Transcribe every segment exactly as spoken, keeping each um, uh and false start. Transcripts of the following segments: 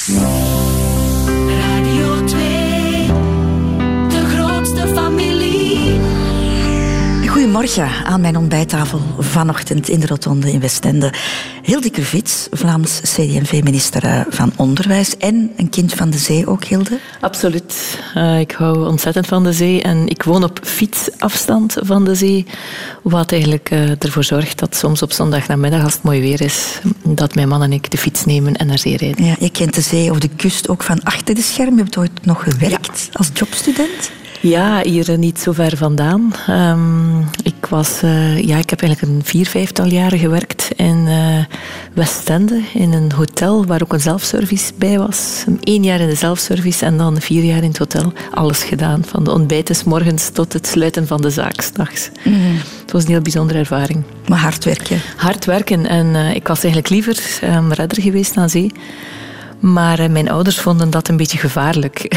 Radio twee, de grootste familie. Goedemorgen aan mijn ontbijttafel vanochtend in de Rotonde in Westende. Hilde Krevits, Vlaams C D en V-minister van Onderwijs en een kind van de zee ook, Hilde? Absoluut. Uh, ik hou ontzettend van de zee en ik woon op fietsafstand van de zee, wat eigenlijk uh, ervoor zorgt dat soms op zondagnamiddag, als het mooi weer is, dat mijn man en ik de fiets nemen en naar zee rijden. Ja, je kent de zee of de kust ook van achter de schermen. Je hebt ooit nog gewerkt ja. als jobstudent? Ja, hier niet zo ver vandaan. Um, ik, was, uh, ja, ik heb eigenlijk een vier, vijftal jaren gewerkt in uh, Westende, in een hotel waar ook een zelfservice bij was. Eén jaar in de zelfservice en dan vier jaar in het hotel. Alles gedaan, van de ontbijt 's morgens tot het sluiten van de zaak 's nachts. Mm-hmm. Het was een heel bijzondere ervaring. Maar hard werken? Hard werken. En uh, ik was eigenlijk liever um, redder geweest aan zee. Maar uh, mijn ouders vonden dat een beetje gevaarlijk.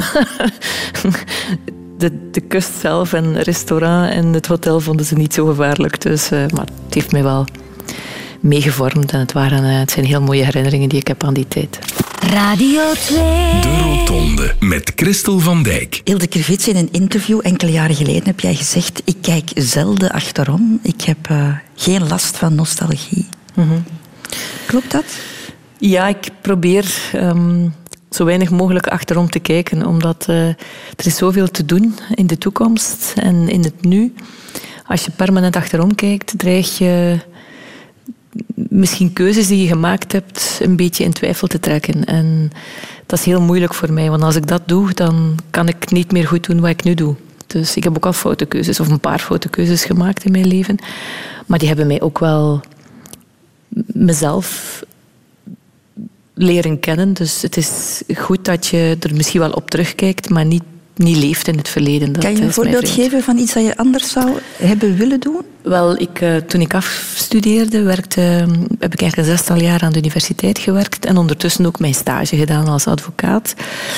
de, de kust zelf en het restaurant en het hotel vonden ze niet zo gevaarlijk. Dus, uh, maar het heeft mij wel meegevormd. En het, waren, uh, het zijn heel mooie herinneringen die ik heb aan die tijd. Radio twee. De Rotonde met Christel van Dijk. Hilde Krevits, in een interview enkele jaren geleden heb jij gezegd: ik kijk zelden achterom. Ik heb uh, geen last van nostalgie. Mm-hmm. Klopt dat? Ja, ik probeer um, zo weinig mogelijk achterom te kijken, omdat uh, er is zoveel te doen in de toekomst en in het nu. Als je permanent achterom kijkt, dreig je misschien keuzes die je gemaakt hebt een beetje in twijfel te trekken. En dat is heel moeilijk voor mij, want als ik dat doe, dan kan ik niet meer goed doen wat ik nu doe. Dus ik heb ook al foute keuzes, of een paar foute keuzes gemaakt in mijn leven. Maar die hebben mij ook wel mezelf leren kennen. Dus het is goed dat je er misschien wel op terugkijkt, maar niet, niet leeft in het verleden. Dat kan je een voorbeeld geven van iets dat je anders zou hebben willen doen? Wel, ik, uh, toen ik afstudeerde, werkte, heb ik eigenlijk een zestal jaar aan de universiteit gewerkt en ondertussen ook mijn stage gedaan als advocaat.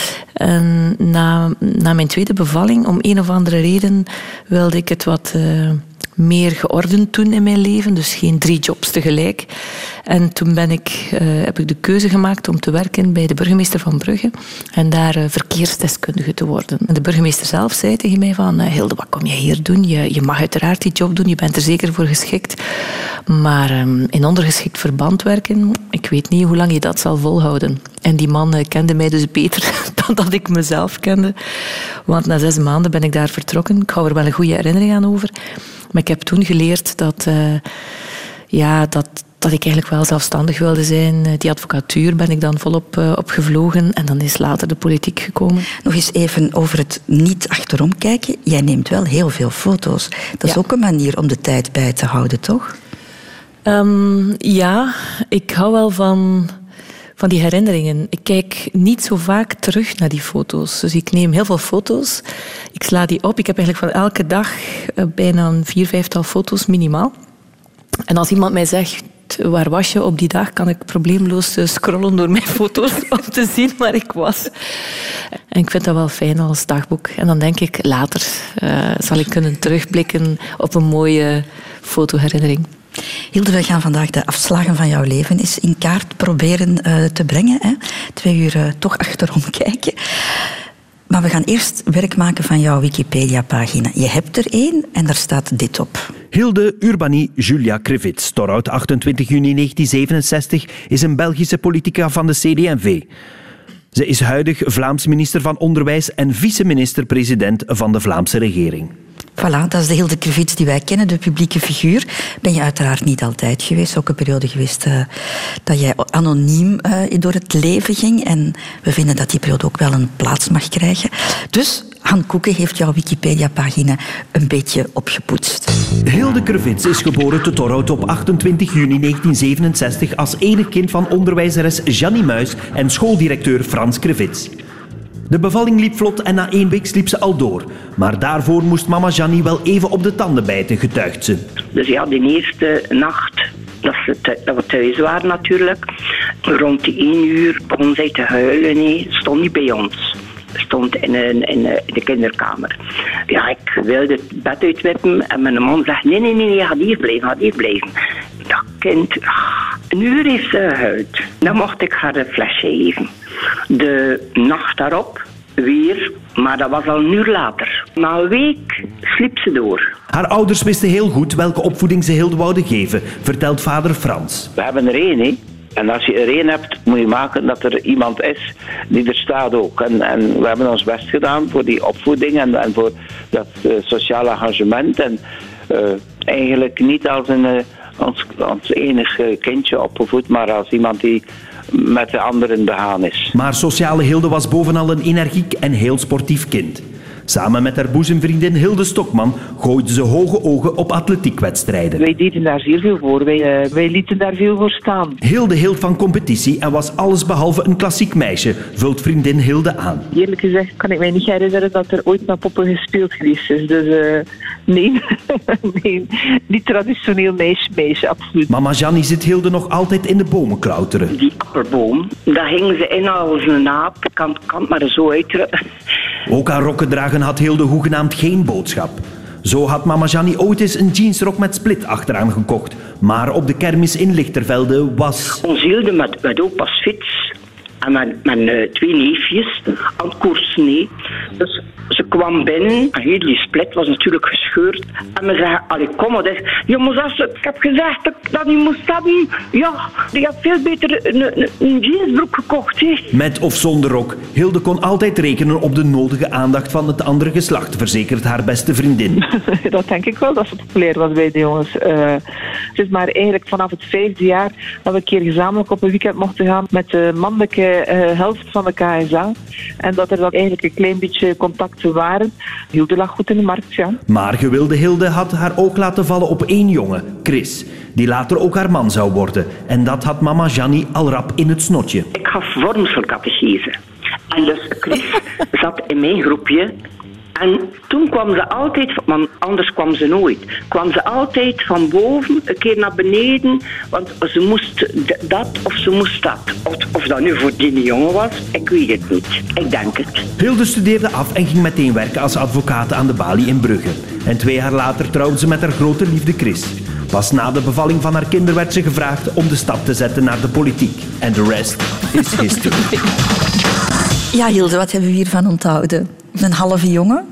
En na, na mijn tweede bevalling, om een of andere reden, wilde ik het wat Uh, meer geordend doen in mijn leven, dus geen drie jobs tegelijk. En toen ben ik, uh, heb ik de keuze gemaakt om te werken bij de burgemeester van Brugge en daar uh, verkeersdeskundige te worden. En de burgemeester zelf zei tegen mij van, uh, Hilde, wat kom jij hier doen? Je, je mag uiteraard die job doen, je bent er zeker voor geschikt. Maar um, in ondergeschikt verband werken, ik weet niet hoe lang je dat zal volhouden. En die man uh, kende mij dus beter dan dat ik mezelf kende. Want na zes maanden ben ik daar vertrokken. Ik hou er wel een goede herinnering aan over. Maar ik heb toen geleerd dat, uh, ja, dat, dat ik eigenlijk wel zelfstandig wilde zijn. Die advocatuur ben ik dan volop uh, opgevlogen. En dan is later de politiek gekomen. Nog eens even over het niet achterom kijken. Jij neemt wel heel veel foto's. Dat is ja. ook een manier om de tijd bij te houden, toch? Um, ja, ik hou wel van van die herinneringen. Ik kijk niet zo vaak terug naar die foto's. Dus ik neem heel veel foto's. Ik sla die op. Ik heb eigenlijk van elke dag bijna een vier, vijftal foto's minimaal. En als iemand mij zegt, waar was je op die dag, kan ik probleemloos scrollen door mijn foto's om te zien waar ik was. En ik vind dat wel fijn als dagboek. En dan denk ik, later uh, zal ik kunnen terugblikken op een mooie fotoherinnering. Hilde, we gaan vandaag de afslagen van jouw leven eens in kaart proberen uh, te brengen. Hè? Twee uur uh, toch achterom kijken. Maar we gaan eerst werk maken van jouw Wikipedia-pagina. Je hebt er één en daar staat dit op. Hilde Urbanie Julia Krevits, Torhout achtentwintig juni negentien zevenenzestig, is een Belgische politica van de C D en V. Ze is huidig Vlaams minister van Onderwijs en vice-minister-president van de Vlaamse regering. Voilà, dat is de Hilde Krevits die wij kennen, de publieke figuur. Ben je uiteraard niet altijd geweest. Ook een periode geweest uh, dat jij anoniem uh, door het leven ging. En we vinden dat die periode ook wel een plaats mag krijgen. Dus Han Koeken heeft jouw Wikipedia-pagina een beetje opgepoetst. Hilde Krevits is geboren te Torhout op achtentwintig juni negentien zevenenzestig als enig kind van onderwijzeres Jannie Muis en schooldirecteur Frans Krevits. De bevalling liep vlot en na één week sliep ze al door. Maar daarvoor moest mama Jannie wel even op de tanden bijten, getuigt ze. Dus ja, de eerste nacht, dat, ze th- dat we thuis waren natuurlijk, rond de één uur begon zij te huilen. Nee, stond niet bij ons. Stond in, een, in de kinderkamer. Ja, ik wilde het bed uitwippen en mijn man zegt, nee, nee, nee, je gaat hier blijven, gaat hier blijven. Dat kind, een uur heeft ze gehuild. Dan mocht ik haar een flesje geven. De nacht daarop weer, maar dat was al een uur later. Na een week sliep ze door. Haar ouders wisten heel goed welke opvoeding ze Hilde wouden geven, vertelt vader Frans. We hebben er één, hè. En als je er één hebt, moet je maken dat er iemand is die er staat ook. En, en we hebben ons best gedaan voor die opvoeding en, en voor dat uh, sociale engagement. En uh, eigenlijk niet als een, uh, ons, ons enige kindje opgevoed, maar als iemand die met de anderen begaan is. Maar sociale Hilde was bovenal een energiek en heel sportief kind. Samen met haar boezemvriendin Hilde Stokman gooide ze hoge ogen op atletiekwedstrijden. Wij deden daar zeer veel voor. Wij, uh, wij lieten daar veel voor staan. Hilde hield van competitie en was allesbehalve een klassiek meisje, vult vriendin Hilde aan. Eerlijk gezegd kan ik mij niet herinneren dat er ooit met poppen gespeeld geweest is. Dus uh, nee, nee, niet traditioneel meisje, meisje, absoluut. Mama Jannie zit Hilde nog altijd in de bomen klauteren. Die apperboom, daar hingen ze in als een naap. Ik kan, kan het maar zo uitdrukken. Ook aan rokken dragen had Hilde hoegenaamd geen boodschap. Zo had mama Jannie ooit eens een jeansrok met split achteraan gekocht. Maar op de kermis in Lichtervelde was... Ons Hilde met, met opa's fiets en met mijn uh, twee neefjes aan het koersen. Nee. Dus ze kwam binnen en hier, die split was natuurlijk gescheurd. En we zeggen, allee, kom maar, dus, jongens, als, ik heb gezegd dat ik dat niet moest hebben. Ja, die had veel beter een, een, een jeansbroek gekocht. He. Met of zonder rok, Hilde kon altijd rekenen op de nodige aandacht van het andere geslacht, verzekert haar beste vriendin. Dat denk ik wel, dat ze populair was bij de jongens. Uh, het is maar eigenlijk vanaf het vijfde jaar dat we een keer gezamenlijk op een weekend mochten gaan met de mannelijke uh, helft van de K S A. En dat er dan eigenlijk een klein beetje contacten waren. Hilde lag goed in de markt, ja. Maar gewilde Hilde had haar oog laten vallen op één jongen, Chris, die later ook haar man zou worden. En dat had mama Jannie al rap in het snotje. Ik gaf vormselcatechese. En dus Chris zat in mijn groepje. En toen kwam ze altijd, want anders kwam ze nooit, kwam ze altijd van boven een keer naar beneden, want ze moest dat of ze moest dat. Of, of dat nu voor die jongen was, ik weet het niet. Ik denk het. Hilde studeerde af en ging meteen werken als advocaat aan de balie in Brugge. En twee jaar later trouwde ze met haar grote liefde Chris. Pas na de bevalling van haar kinder werd ze gevraagd om de stap te zetten naar de politiek. En de rest is history. Ja, Hilde, wat hebben we hiervan onthouden? Een halve jongen?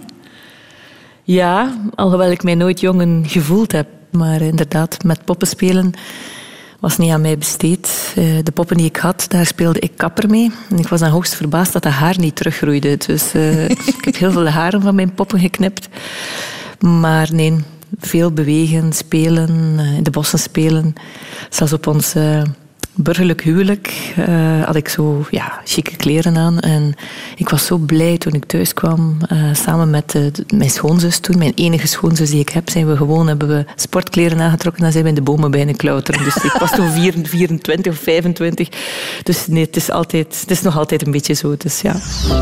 Ja, alhoewel ik mij nooit jongen gevoeld heb. Maar inderdaad, met poppen spelen was niet aan mij besteed. De poppen die ik had, daar speelde ik kapper mee. En ik was dan hoogst verbaasd dat dat haar niet teruggroeide. Dus uh, ik heb heel veel haren van mijn poppen geknipt. Maar nee, veel bewegen, spelen, in de bossen spelen. Zelfs op ons... Uh, burgerlijk huwelijk uh, had ik zo ja, chique kleren aan. En ik was zo blij toen ik thuis kwam. Uh, samen met uh, mijn schoonzus toen, mijn enige schoonzus die ik heb, zijn we gewoon, hebben we sportkleren aangetrokken en zijn we in de bomen bijna klauteren. Dus ik was toen vierentwintig of vijfentwintig. Dus nee, het is, altijd, het is nog altijd een beetje zo. Dus ja.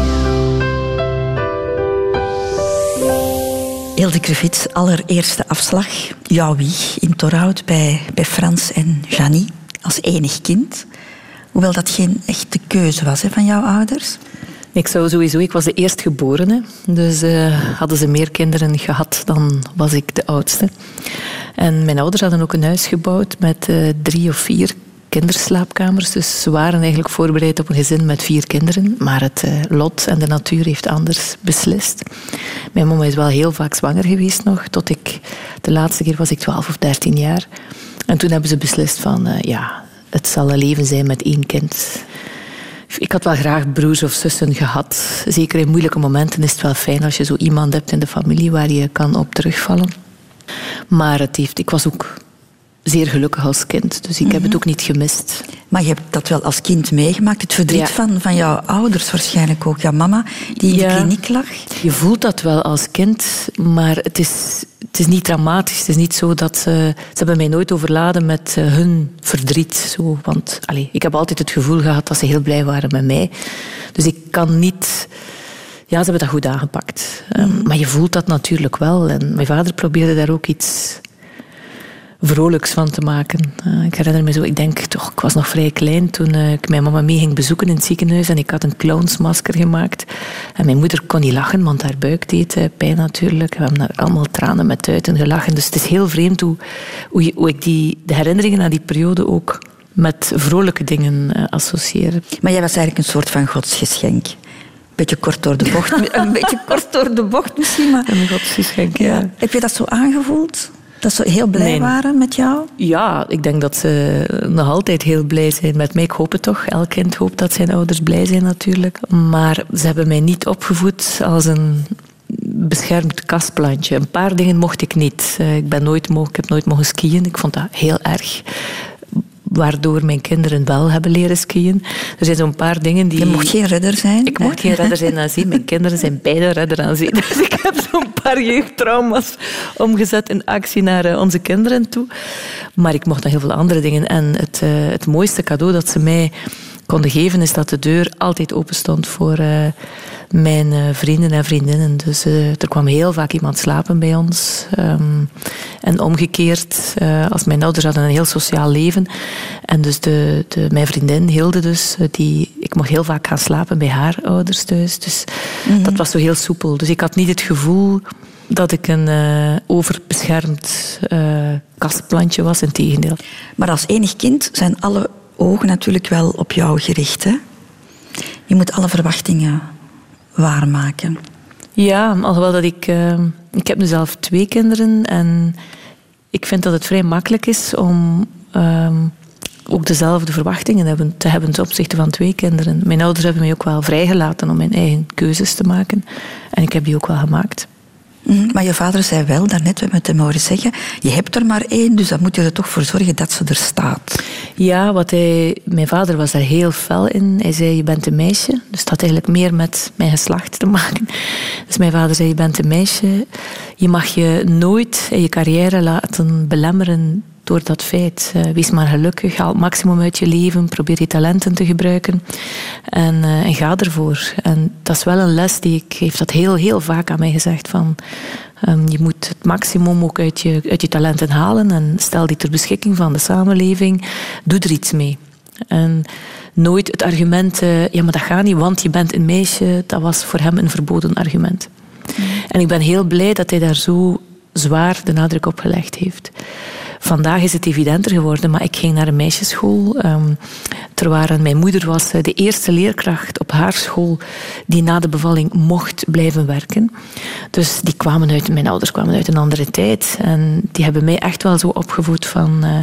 Hilde Krevits, allereerste afslag. Jouw wieg in Torhout bij, bij Frans en Jannie. Als enig kind. Hoewel dat geen echte keuze was hè, van jouw ouders. Ik zou sowieso, ik was de eerstgeborene. Dus uh, hadden ze meer kinderen gehad, dan was ik de oudste. En mijn ouders hadden ook een huis gebouwd met uh, drie of vier kinderslaapkamers. Dus ze waren eigenlijk voorbereid op een gezin met vier kinderen. Maar het uh, lot en de natuur heeft anders beslist. Mijn mama is wel heel vaak zwanger geweest nog. Tot ik, de laatste keer was ik twaalf of dertien jaar. En toen hebben ze beslist van, uh, ja, het zal een leven zijn met één kind. Ik had wel graag broers of zussen gehad. Zeker in moeilijke momenten is het wel fijn als je zo iemand hebt in de familie waar je kan op terugvallen. Maar het heeft, ik was ook zeer gelukkig als kind, dus ik mm-hmm. heb het ook niet gemist. Maar je hebt dat wel als kind meegemaakt, het verdriet ja. van, van jouw ouders waarschijnlijk ook. Jouw mama, die in ja. de kliniek lag. Je voelt dat wel als kind, maar het is, het is niet dramatisch. Het is niet zo dat ze... Ze hebben mij nooit overladen met uh, hun verdriet. Zo, want allez, ik heb altijd het gevoel gehad dat ze heel blij waren met mij. Dus ik kan niet... Ja, ze hebben dat goed aangepakt. Mm. Um, maar je voelt dat natuurlijk wel. En mijn vader probeerde daar ook iets... vrolijks van te maken. Uh, ik herinner me zo, ik denk toch, ik was nog vrij klein toen uh, ik mijn mama mee ging bezoeken in het ziekenhuis en ik had een clownsmasker gemaakt. En mijn moeder kon niet lachen, want haar buik deed uh, pijn natuurlijk. We hebben daar allemaal tranen met tuiten gelachen. Dus het is heel vreemd hoe, hoe, je, hoe ik die, de herinneringen aan die periode ook met vrolijke dingen uh, associëren. Maar jij was eigenlijk een soort van godsgeschenk. Beetje kort door de bocht, een beetje kort door de bocht misschien, maar... Een godsgeschenk, ja. ja. Heb je dat zo aangevoeld? Dat ze heel blij nee. waren met jou? Ja, ik denk dat ze nog altijd heel blij zijn met mij. Ik hoop het toch. Elk kind hoopt dat zijn ouders blij zijn natuurlijk. Maar ze hebben mij niet opgevoed als een beschermd kastplantje. Een paar dingen mocht ik niet. Ik, ben nooit mogen, ik heb nooit mogen skiën. Ik vond dat heel erg. Waardoor mijn kinderen wel hebben leren skiën. Er zijn zo'n paar dingen die... Je mocht geen redder zijn. Ik mocht geen redder zijn aan zee. Mijn kinderen zijn beide redder aan zee. Dus ik heb zo'n paar jeugdtrauma's omgezet in actie naar onze kinderen toe. Maar ik mocht nog heel veel andere dingen. En het, uh, het mooiste cadeau dat ze mij konden geven, is dat de deur altijd open stond voor uh, mijn uh, vrienden en vriendinnen. Dus uh, er kwam heel vaak iemand slapen bij ons. Um, en omgekeerd, uh, als mijn ouders hadden een heel sociaal leven. En dus de, de, mijn vriendin Hilde, dus, die, ik mocht heel vaak gaan slapen bij haar ouders thuis. Dus mm-hmm. dat was zo heel soepel. Dus ik had niet het gevoel dat ik een uh, overbeschermd uh, kastplantje was, integendeel. Maar als enig kind zijn alle ogen natuurlijk wel op jou gericht, hè? Je moet alle verwachtingen waarmaken. Ja, alhoewel dat ik... Uh, ik heb nu zelf twee kinderen en ik vind dat het vrij makkelijk is om uh, ook dezelfde verwachtingen hebben, te hebben ten opzichte van twee kinderen. Mijn ouders hebben mij ook wel vrijgelaten om mijn eigen keuzes te maken. En ik heb die ook wel gemaakt. Mm, maar je vader zei wel, daarnet, we hebben het hem horen zeggen, je hebt er maar één, dus dan moet je er toch voor zorgen dat ze er staat. Ja, wat hij, mijn vader was daar heel fel in. Hij zei, je bent een meisje. Dus dat had eigenlijk meer met mijn geslacht te maken. Dus mijn vader zei, je bent een meisje. Je mag je nooit in je carrière laten belemmeren door dat feit. Uh, wees maar gelukkig, haal het maximum uit je leven, probeer je talenten te gebruiken en, uh, en ga ervoor. En dat is wel een les die ik, heeft dat heel, heel vaak aan mij gezegd, van um, je moet het maximum ook uit je, uit je talenten halen en stel die ter beschikking van de samenleving, doe er iets mee. En nooit het argument, uh, ja maar dat gaat niet, want je bent een meisje, dat was voor hem een verboden argument. Mm. En ik ben heel blij dat hij daar zo zwaar de nadruk op gelegd heeft. Vandaag is het evidenter geworden, maar ik ging naar een meisjesschool. Um, er waren, mijn moeder was de eerste leerkracht op haar school die na de bevalling mocht blijven werken. Dus die kwamen uit, mijn ouders kwamen uit een andere tijd. En die hebben mij echt wel zo opgevoed van uh,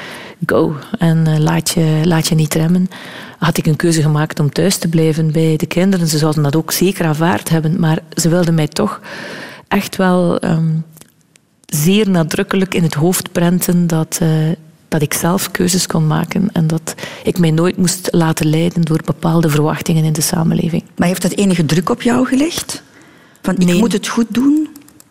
go en uh, laat, je, laat je niet remmen. Had ik een keuze gemaakt om thuis te blijven bij de kinderen. Ze zouden dat ook zeker aanvaard hebben, maar ze wilden mij toch echt wel... Um, zeer nadrukkelijk in het hoofd prenten dat, uh, dat ik zelf keuzes kon maken en dat ik mij nooit moest laten leiden door bepaalde verwachtingen in de samenleving. Maar heeft dat enige druk op jou gelegd? Van, ik nee. moet het goed doen?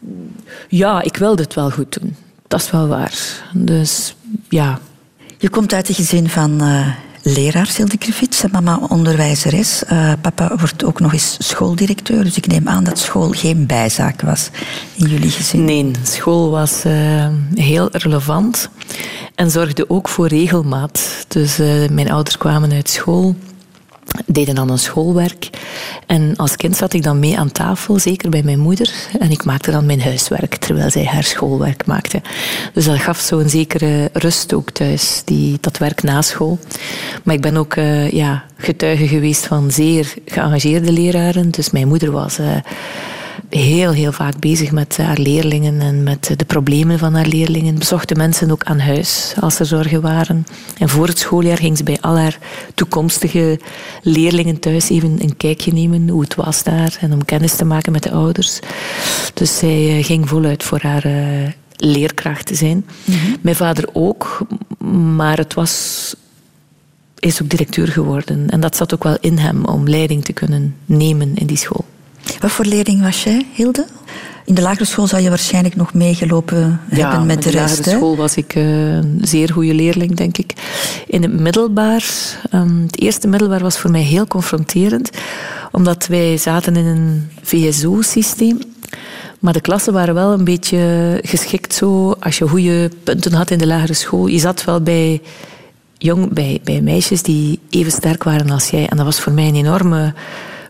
Ja, ik wilde het wel goed doen. Dat is wel waar. Dus, ja. Je komt uit een gezin van uh, leraars, Hilde Krevits, mama onderwijzeres. Uh, papa wordt ook nog eens schooldirecteur, dus ik neem aan dat school geen bijzaak was in jullie gezin. Nee, school was uh, heel relevant en zorgde ook voor regelmaat. Dus uh, mijn ouders kwamen uit school, deden dan een schoolwerk. En als kind zat ik dan mee aan tafel, zeker bij mijn moeder. En ik maakte dan mijn huiswerk, terwijl zij haar schoolwerk maakte. Dus dat gaf zo'n zekere rust ook thuis, die, dat werk na school. Maar ik ben ook uh, ja, getuige geweest van zeer geëngageerde leraren. Dus mijn moeder was... Uh, heel, heel vaak bezig met haar leerlingen en met de problemen van haar leerlingen. Bezocht de mensen ook aan huis als er zorgen waren. En voor het schooljaar ging ze bij al haar toekomstige leerlingen thuis even een kijkje nemen hoe het was daar en om kennis te maken met de ouders. Dus zij ging voluit voor haar uh, leerkracht te zijn. Mm-hmm. Mijn vader ook, maar het was... is ook directeur geworden. En dat zat ook wel in hem om leiding te kunnen nemen in die school. Wat voor leerling was jij, Hilde? In de lagere school zou je waarschijnlijk nog meegelopen ja, hebben met de rest. In de lagere school was ik uh, een zeer goede leerling, denk ik. In het middelbaar, um, het eerste middelbaar was voor mij heel confronterend, omdat wij zaten in een V S O-systeem. Maar de klassen waren wel een beetje geschikt zo, als je goede punten had in de lagere school. Je zat wel bij, jong, bij, bij meisjes die even sterk waren als jij. En dat was voor mij een enorme...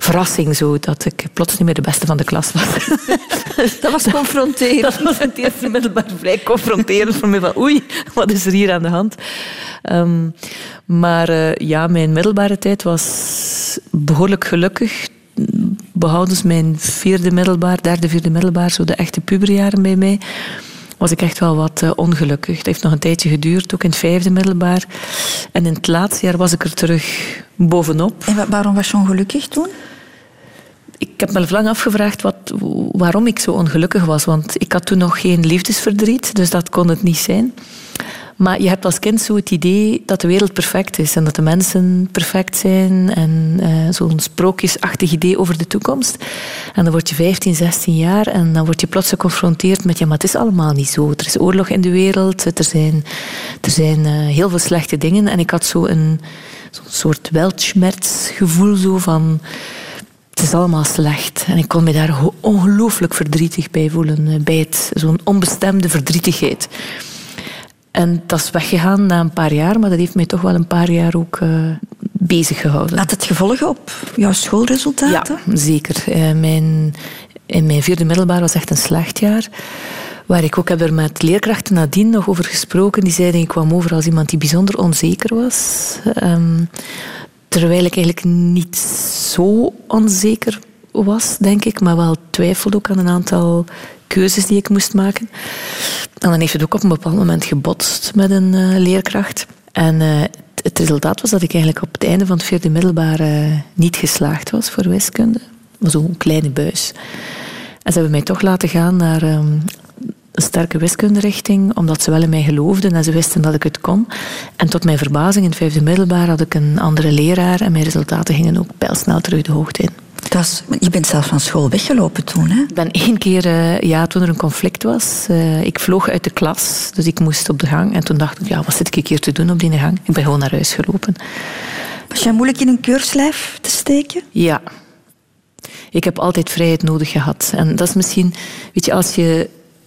verrassing zo, dat ik plots niet meer de beste van de klas was. Dat was confronterend. Dat was in het eerste middelbaar vrij confronterend voor mij. Van, oei, wat is er hier aan de hand? Um, maar uh, ja, mijn middelbare tijd was behoorlijk gelukkig. Behoudens mijn vierde middelbaar, derde, vierde middelbaar, zo de echte puberjaren bij mij, was ik echt wel wat uh, ongelukkig. Dat heeft nog een tijdje geduurd, ook in het vijfde middelbaar. En in het laatste jaar was ik er terug bovenop. En waarom was je ongelukkig toen? Ik heb me lang afgevraagd wat, waarom ik zo ongelukkig was. Want ik had toen nog geen liefdesverdriet, dus dat kon het niet zijn. Maar je hebt als kind zo het idee dat de wereld perfect is en dat de mensen perfect zijn en uh, zo'n sprookjesachtig idee over de toekomst. En dan word je vijftien, zestien jaar en dan word je plots geconfronteerd met ja, maar het is allemaal niet zo. Er is oorlog in de wereld, er zijn, er zijn uh, heel veel slechte dingen. En ik had zo een zo'n soort weltschmertsgevoel zo van het is allemaal slecht. En ik kon me daar ongelooflijk verdrietig bij voelen, bij het, zo'n onbestemde verdrietigheid. En dat is weggegaan na een paar jaar, maar dat heeft mij toch wel een paar jaar ook uh, bezig gehouden. Had het gevolgen op jouw schoolresultaten? Ja, zeker. Uh, mijn, in mijn vierde middelbaar was echt een slecht jaar. Waar ik ook heb er met leerkrachten nadien nog over gesproken. Die zeiden, ik kwam over als iemand die bijzonder onzeker was. Um, terwijl ik eigenlijk niet zo onzeker was, denk ik, maar wel twijfelde ook aan een aantal keuzes die ik moest maken. En dan heeft het ook op een bepaald moment gebotst met een uh, leerkracht. En uh, het resultaat was dat ik eigenlijk op het einde van het vierde middelbaar uh, niet geslaagd was voor wiskunde. Maar zo'n kleine buis. En ze hebben mij toch laten gaan naar um, een sterke wiskunderichting, omdat ze wel in mij geloofden en ze wisten dat ik het kon. En tot mijn verbazing, in het vijfde middelbaar had ik een andere leraar en mijn resultaten gingen ook pijlsnel terug de hoogte in. Dat is, je bent zelf van school weggelopen toen, hè? Ik ben één keer, uh, ja, toen er een conflict was, uh, ik vloog uit de klas, dus ik moest op de gang. En toen dacht ik, ja, wat zit ik hier te doen op die gang? Ik ben gewoon naar huis gelopen. Was jij moeilijk in een keurslijf te steken? Ja. Ik heb altijd vrijheid nodig gehad. En dat is misschien, weet je, als je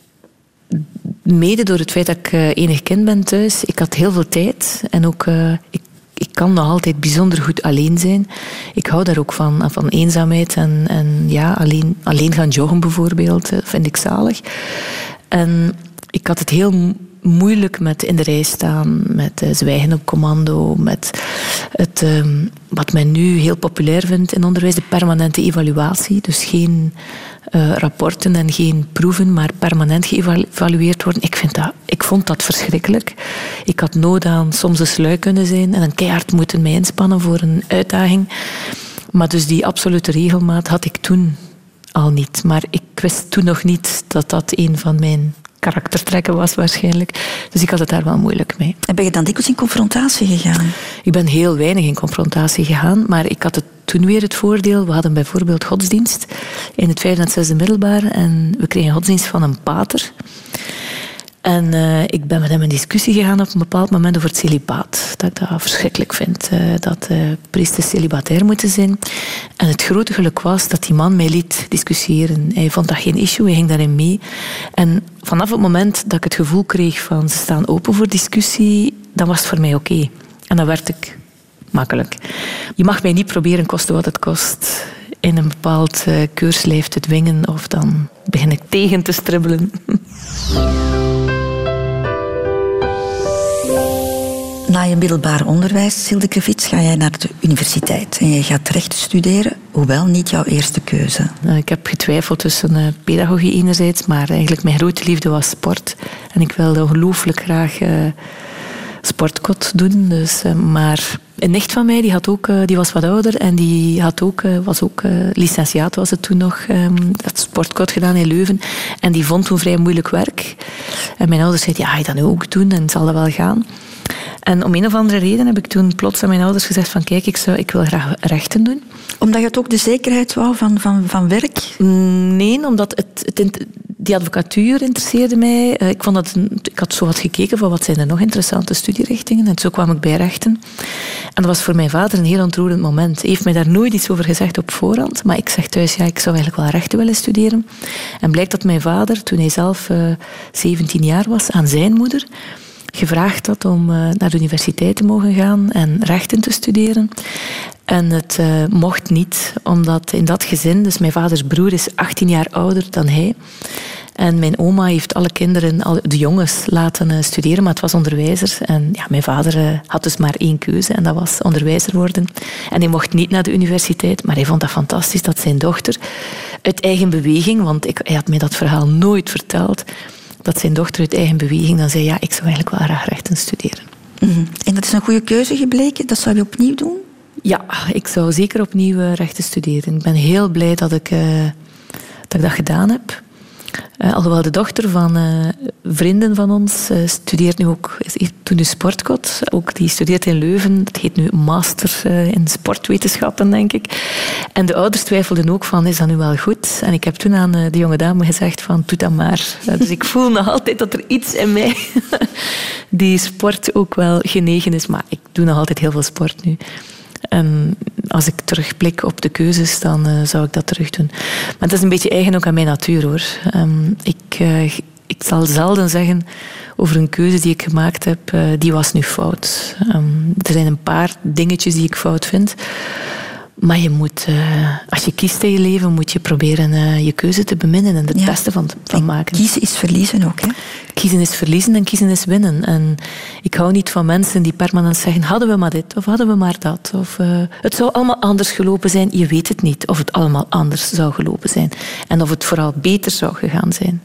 mede door het feit dat ik uh, enig kind ben thuis, ik had heel veel tijd en ook, uh, ik Ik kan nog altijd bijzonder goed alleen zijn. Ik hou daar ook van, van eenzaamheid. En, en ja, alleen, alleen gaan joggen bijvoorbeeld, vind ik zalig. En ik had het heel moeilijk met in de rij staan, met uh, zwijgen op commando, met het, um, wat men nu heel populair vindt in onderwijs, de permanente evaluatie. Dus geen uh, rapporten en geen proeven, maar permanent geëvalueerd worden. Ik, vind dat, ik vond dat verschrikkelijk. Ik had nood aan soms eens lui kunnen zijn en een keihard moeten mij inspannen voor een uitdaging. Maar dus die absolute regelmaat had ik toen al niet. Maar ik wist toen nog niet dat dat een van mijn karaktertrekken was waarschijnlijk. Dus ik had het daar wel moeilijk mee. En ben je dan dikwijls in confrontatie gegaan? Ik ben heel weinig in confrontatie gegaan, maar ik had het toen weer het voordeel. We hadden bijvoorbeeld godsdienst in het vijfde en het zesde middelbaar en we kregen godsdienst van een pater. En uh, ik ben met hem in discussie gegaan op een bepaald moment over het celibaat. Dat ik dat verschrikkelijk vind, uh, dat uh, priesters celibatair moeten zijn. En het grote geluk was dat die man mij liet discussiëren. Hij vond dat geen issue, hij ging daarin mee. En vanaf het moment dat ik het gevoel kreeg van ze staan open voor discussie, dan was het voor mij oké. Okay. En dan werd ik makkelijk. Je mag mij niet proberen, koste wat het kost, in een bepaald uh, keurslijf te dwingen of dan begin ik tegen te stribbelen. Na je middelbaar onderwijs, Hilde Krevits, ga jij naar de universiteit en je gaat rechten studeren, hoewel niet jouw eerste keuze. Ik heb getwijfeld tussen uh, pedagogie enerzijds, maar eigenlijk mijn grote liefde was sport. En ik wilde ongelooflijk graag uh, sportkot doen. Dus, uh, maar een nicht van mij, die, had ook, uh, die was wat ouder en die had ook, uh, was ook uh, licentiaat, was het toen nog, um, had sportkot gedaan in Leuven. En die vond toen vrij moeilijk werk. En mijn ouders zeiden, ja, ga je dat nu ook doen en zal dat wel gaan? En om een of andere reden heb ik toen plots aan mijn ouders gezegd van kijk, ik, zou, ik wil graag rechten doen. Omdat je het ook de zekerheid wou van, van, van werk? Nee, omdat het, het, die advocatuur interesseerde mij. Ik, vond dat een, ik had zo wat gekeken van wat zijn er nog interessante studierichtingen. En zo kwam ik bij rechten. En dat was voor mijn vader een heel ontroerend moment. Hij heeft mij daar nooit iets over gezegd op voorhand. Maar ik zeg thuis, ja, ik zou eigenlijk wel rechten willen studeren. En blijkt dat mijn vader, toen hij zelf uh, zeventien jaar was, aan zijn moeder gevraagd had om uh, naar de universiteit te mogen gaan en rechten te studeren. En het uh, mocht niet, omdat in dat gezin, dus mijn vaders broer is achttien jaar ouder dan hij. En mijn oma heeft alle kinderen, al de jongens, laten uh, studeren, maar het was onderwijzer. En ja, mijn vader uh, had dus maar één keuze en dat was onderwijzer worden. En hij mocht niet naar de universiteit, maar hij vond dat fantastisch dat zijn dochter uit eigen beweging, want ik, hij had mij dat verhaal nooit verteld, dat zijn dochter uit eigen beweging dan zei, ja, ik zou eigenlijk wel graag rechten studeren. Mm-hmm. En dat is een goede keuze gebleken? Dat zou je opnieuw doen? Ja, ik zou zeker opnieuw uh, rechten studeren. Ik ben heel blij dat ik, uh, dat, ik dat gedaan heb. Uh, alhoewel de dochter van uh, vrienden van ons uh, studeert nu ook, is toen nu sportkot, ook die studeert in Leuven. Dat heet nu master uh, in sportwetenschappen, denk ik. En de ouders twijfelden ook van, is dat nu wel goed? En ik heb toen aan uh, de jonge dame gezegd van, doe dat maar. Uh, dus ik voel nog altijd dat er iets in mij die sport ook wel genegen is. Maar ik doe nog altijd heel veel sport nu. En als ik terugblik op de keuzes, dan uh, zou ik dat terug doen. Maar het is een beetje eigen ook aan mijn natuur, hoor. Um, ik, uh, ik zal zelden zeggen over een keuze die ik gemaakt heb, uh, die was nu fout. Um, er zijn een paar dingetjes die ik fout vind. Maar je moet, uh, als je kiest in je leven, moet je proberen uh, je keuze te beminnen en er het ja. beste van, van en maken. Kiezen is verliezen ook, hè? Kiezen is verliezen en kiezen is winnen. En ik hou niet van mensen die permanent zeggen, hadden we maar dit of hadden we maar dat. Of uh, het zou allemaal anders gelopen zijn. Je weet het niet of het allemaal anders zou gelopen zijn. En of het vooral beter zou gegaan zijn.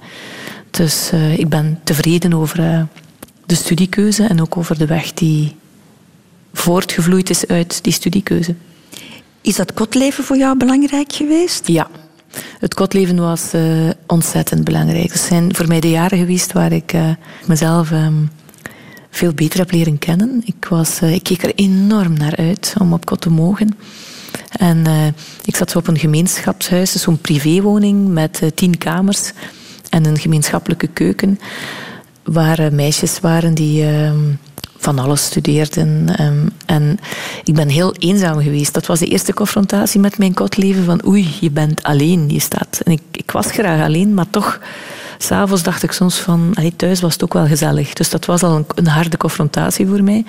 Dus uh, ik ben tevreden over uh, de studiekeuze en ook over de weg die voortgevloeid is uit die studiekeuze. Is dat kotleven voor jou belangrijk geweest? Ja, het kotleven was uh, ontzettend belangrijk. Het zijn voor mij de jaren geweest waar ik uh, mezelf um, veel beter heb leren kennen. Ik, was, uh, ik keek er enorm naar uit om op kot te mogen. En uh, ik zat zo op een gemeenschapshuis, dus zo'n privéwoning met uh, tien kamers en een gemeenschappelijke keuken, waar uh, meisjes waren die Uh, van alles studeerden. Um, en ik ben heel eenzaam geweest. Dat was de eerste confrontatie met mijn kotleven. Van oei, je bent alleen. Je staat. En ik, ik was graag alleen, maar toch, 's avonds dacht ik soms van, allee, thuis was het ook wel gezellig. Dus dat was al een, een harde confrontatie voor mij.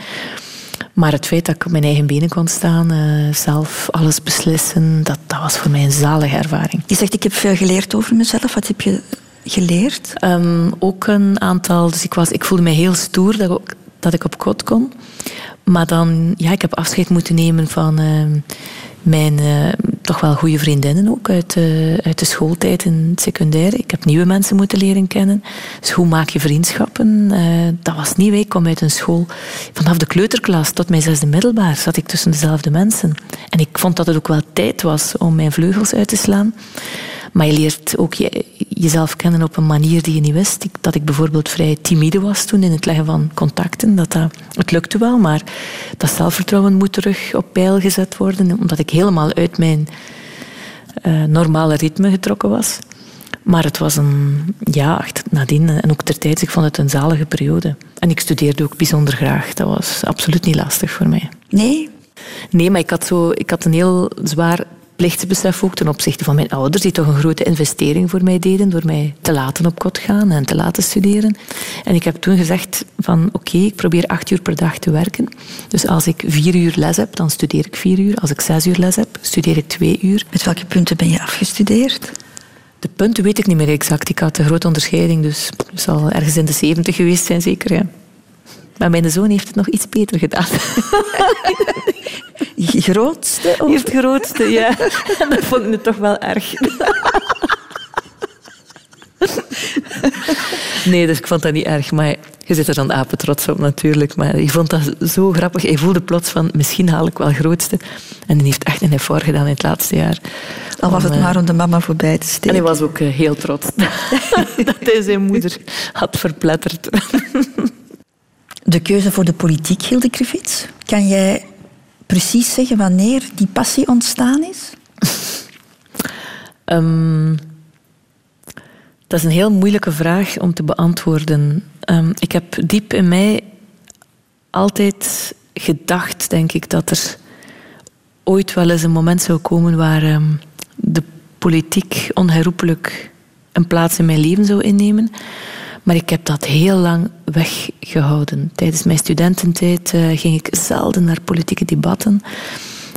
Maar het feit dat ik op mijn eigen benen kon staan, uh, zelf alles beslissen, dat, dat was voor mij een zalige ervaring. Je zegt, ik heb veel geleerd over mezelf. Wat heb je geleerd? Um, ook een aantal. Dus ik, was, ik voelde mij heel stoer dat ik, dat ik op kot kon. Maar dan, ja, ik heb afscheid moeten nemen van uh, mijn uh, toch wel goede vriendinnen ook uit, uh, uit de schooltijd in het secundair. Ik heb nieuwe mensen moeten leren kennen. Dus hoe maak je vriendschappen? Uh, dat was nieuw. Ik kom uit een school. Vanaf de kleuterklas tot mijn zesde middelbaar zat ik tussen dezelfde mensen. En ik vond dat het ook wel tijd was om mijn vleugels uit te slaan. Maar je leert ook je, jezelf kennen op een manier die je niet wist. Ik, dat ik bijvoorbeeld vrij timide was toen in het leggen van contacten. Dat dat, het lukte wel, maar dat zelfvertrouwen moet terug op peil gezet worden. Omdat ik helemaal uit mijn uh, normale ritme getrokken was. Maar het was een, ja, nadien, en ook ter tijd, ik vond het een zalige periode. En ik studeerde ook bijzonder graag. Dat was absoluut niet lastig voor mij. Nee? Nee, maar ik had, zo, ik had een heel zwaar plichtsbesef ook ten opzichte van mijn ouders, die toch een grote investering voor mij deden door mij te laten op kot gaan en te laten studeren. En ik heb toen gezegd van oké, okay, ik probeer acht uur per dag te werken. Dus als ik vier uur les heb, dan studeer ik vier uur. Als ik zes uur les heb, studeer ik twee uur. Met welke punten ben je afgestudeerd? De punten weet ik niet meer exact. Ik had een grote onderscheiding, dus het zal ergens in de zeventig geweest zijn, zeker, ja. Maar mijn zoon heeft het nog iets beter gedaan. Grootste? Of? Heeft grootste, ja. En dat vond ik nu toch wel erg. Nee, dus ik vond dat niet erg. Maar je zit er dan apetrots op natuurlijk. Maar ik vond dat zo grappig. Hij voelde plots van, misschien haal ik wel grootste. En hij heeft echt een effort gedaan in het laatste jaar. Al was het maar om de mama voorbij te steken. En hij was ook heel trots dat hij zijn moeder had verpletterd. De keuze voor de politiek, Hilde Krivits. Kan jij precies zeggen wanneer die passie ontstaan is? Um, dat is een heel moeilijke vraag om te beantwoorden. Um, ik heb diep in mij altijd gedacht, denk ik, dat er ooit wel eens een moment zou komen waar um, de politiek onherroepelijk een plaats in mijn leven zou innemen. Maar ik heb dat heel lang weggehouden. Tijdens mijn studententijd uh, ging ik zelden naar politieke debatten.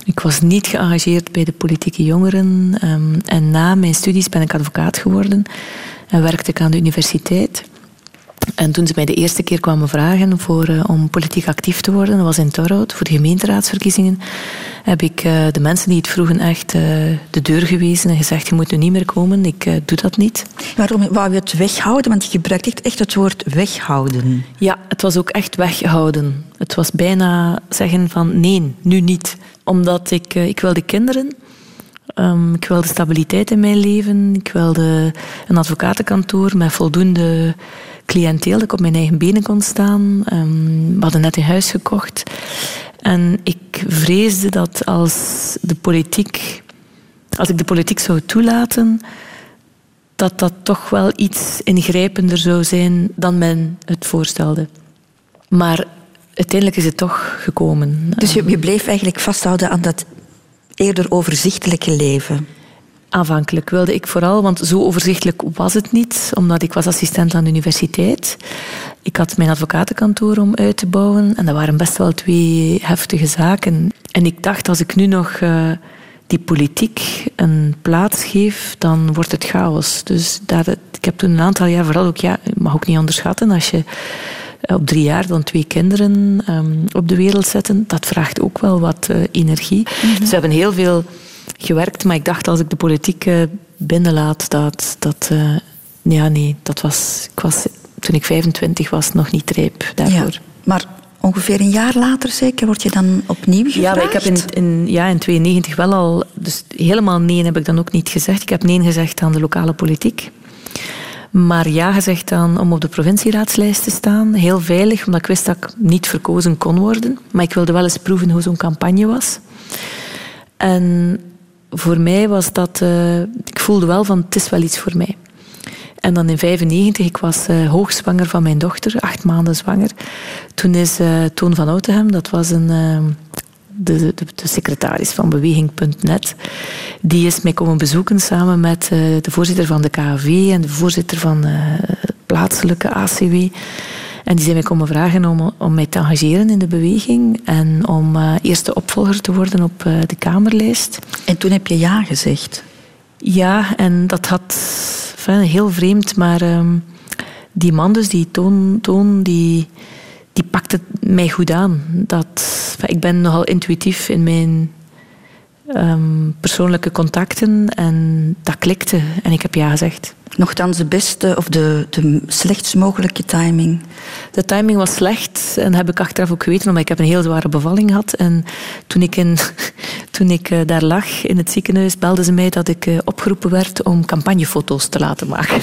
Ik was niet geëngageerd bij de politieke jongeren. Um, en na mijn studies ben ik advocaat geworden en werkte ik aan de universiteit. En toen ze mij de eerste keer kwamen vragen voor, uh, om politiek actief te worden, dat was in Torhout, voor de gemeenteraadsverkiezingen, heb ik uh, de mensen die het vroegen echt uh, de deur gewezen en gezegd, je moet nu niet meer komen, ik uh, doe dat niet. Waarom wou je het weghouden? Want je gebruikt echt, echt het woord weghouden. Ja, het was ook echt weghouden. Het was bijna zeggen van nee, nu niet. Omdat ik, uh, ik wilde kinderen. Um, ik wilde stabiliteit in mijn leven. Ik wilde een advocatenkantoor met voldoende cliënteel, dat ik op mijn eigen benen kon staan. Um, we hadden net een huis gekocht. En ik vreesde dat als de politiek, als ik de politiek zou toelaten, dat dat toch wel iets ingrijpender zou zijn dan men het voorstelde. Maar uiteindelijk is het toch gekomen. Dus je, je bleef eigenlijk vasthouden aan dat eerder overzichtelijke leven? Aanvankelijk wilde ik vooral, want zo overzichtelijk was het niet, omdat ik was assistent aan de universiteit. Ik had mijn advocatenkantoor om uit te bouwen en dat waren best wel twee heftige zaken. En ik dacht, als ik nu nog uh, die politiek een plaats geef, dan wordt het chaos. Dus dat, ik heb toen een aantal jaar vooral ook, ja, je mag ook niet onderschatten, als je op drie jaar dan twee kinderen um, op de wereld zetten, dat vraagt ook wel wat uh, energie. Mm-hmm. Dus we hebben heel veel gewerkt, maar ik dacht als ik de politiek uh, binnenlaat, dat... dat uh, ja, nee, dat was, ik was... Toen ik vijfentwintig was, nog niet rijp daarvoor. Ja, maar ongeveer een jaar later zeker word je dan opnieuw gevraagd? Ja, ik heb in, in, ja, in tweeënnegentig wel al... Dus helemaal nee heb ik dan ook niet gezegd. Ik heb nee gezegd aan de lokale politiek. Maar ja gezegd aan om op de provincieraadslijst te staan. Heel veilig, omdat ik wist dat ik niet verkozen kon worden. Maar ik wilde wel eens proeven hoe zo'n campagne was. En voor mij was dat... Uh, ik voelde wel van, het is wel iets voor mij. En dan in vijfennegentig, ik was uh, hoogzwanger van mijn dochter, acht maanden zwanger. Toen is uh, Toon van Outegem, dat was een... Uh, De, de, de secretaris van beweging punt net, die is mij komen bezoeken samen met uh, de voorzitter van de K A V en de voorzitter van de uh, plaatselijke A C W. En die zijn mij komen vragen om, om mij te engageren in de beweging en om uh, eerste opvolger te worden op uh, de Kamerlijst. En toen heb je ja gezegd? Ja, en dat had... Enfin, heel vreemd, maar um, die man dus, die Toon, toon die... die pakte mij goed aan. Dat, ik ben nogal intuïtief in mijn um, persoonlijke contacten en dat klikte en ik heb ja gezegd. Nochtans de beste of de, de slechtst mogelijke timing? De timing was slecht en heb ik achteraf ook geweten, omdat ik heb een heel zware bevalling had. En toen ik, in, toen ik uh, daar lag in het ziekenhuis, belden ze mij dat ik uh, opgeroepen werd om campagnefoto's te laten maken.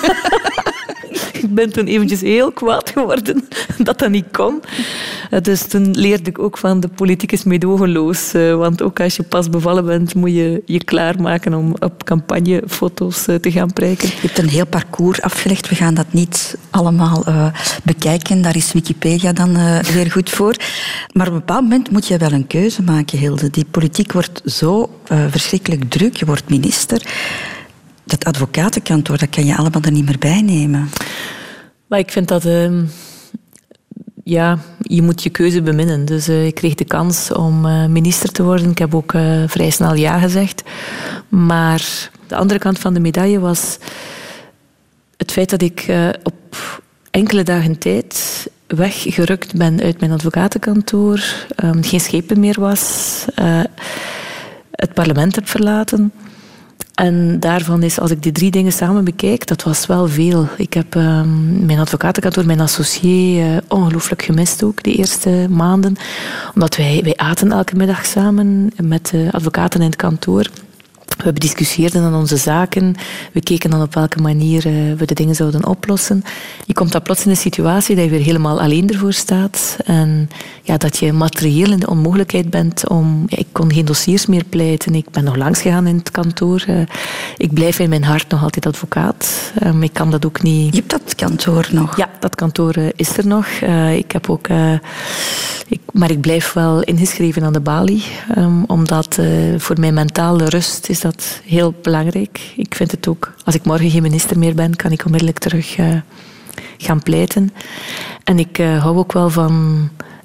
Ik ben toen eventjes heel kwaad geworden dat dat niet kon. Dus toen leerde ik ook van de politiek is meedogenloos. Want ook als je pas bevallen bent, moet je je klaarmaken om op campagnefoto's te gaan prijken. Je hebt een heel parcours afgelegd. We gaan dat niet allemaal uh, bekijken. Daar is Wikipedia dan uh, weer goed voor. Maar op een bepaald moment moet je wel een keuze maken, Hilde. Die politiek wordt zo uh, verschrikkelijk druk. Je wordt minister. Dat advocatenkantoor, dat kan je allemaal er niet meer bij nemen. Maar ik vind dat... Uh, ja, je moet je keuze beminnen. Dus uh, ik kreeg de kans om uh, minister te worden. Ik heb ook uh, vrij snel ja gezegd. Maar de andere kant van de medaille was het feit dat ik uh, op enkele dagen tijd weggerukt ben uit mijn advocatenkantoor. Um, geen schepen meer was. Uh, het parlement heb verlaten. En daarvan is, als ik die drie dingen samen bekijk, dat was wel veel. Ik heb uh, mijn advocatenkantoor, mijn associé, uh, ongelooflijk gemist ook de eerste maanden. Omdat wij, wij aten elke middag samen met de advocaten in het kantoor. We bediscussieerden aan onze zaken. We keken dan op welke manier uh, we de dingen zouden oplossen. Je komt dan plots in een situatie dat je weer helemaal alleen ervoor staat. En ja, dat je materieel in de onmogelijkheid bent om... Ja, ik kon geen dossiers meer pleiten. Ik ben nog langs gegaan in het kantoor. Uh, ik blijf in mijn hart nog altijd advocaat. Um, ik kan dat ook niet... Je hebt dat kantoor nog? Ja, dat kantoor uh, is er nog. Uh, ik heb ook... Uh, ik, maar ik blijf wel ingeschreven aan de balie. Um, omdat uh, voor mijn mentale rust is dat heel belangrijk. Ik vind het ook, als ik morgen geen minister meer ben, kan ik onmiddellijk terug uh, gaan pleiten. En ik uh, hou ook wel van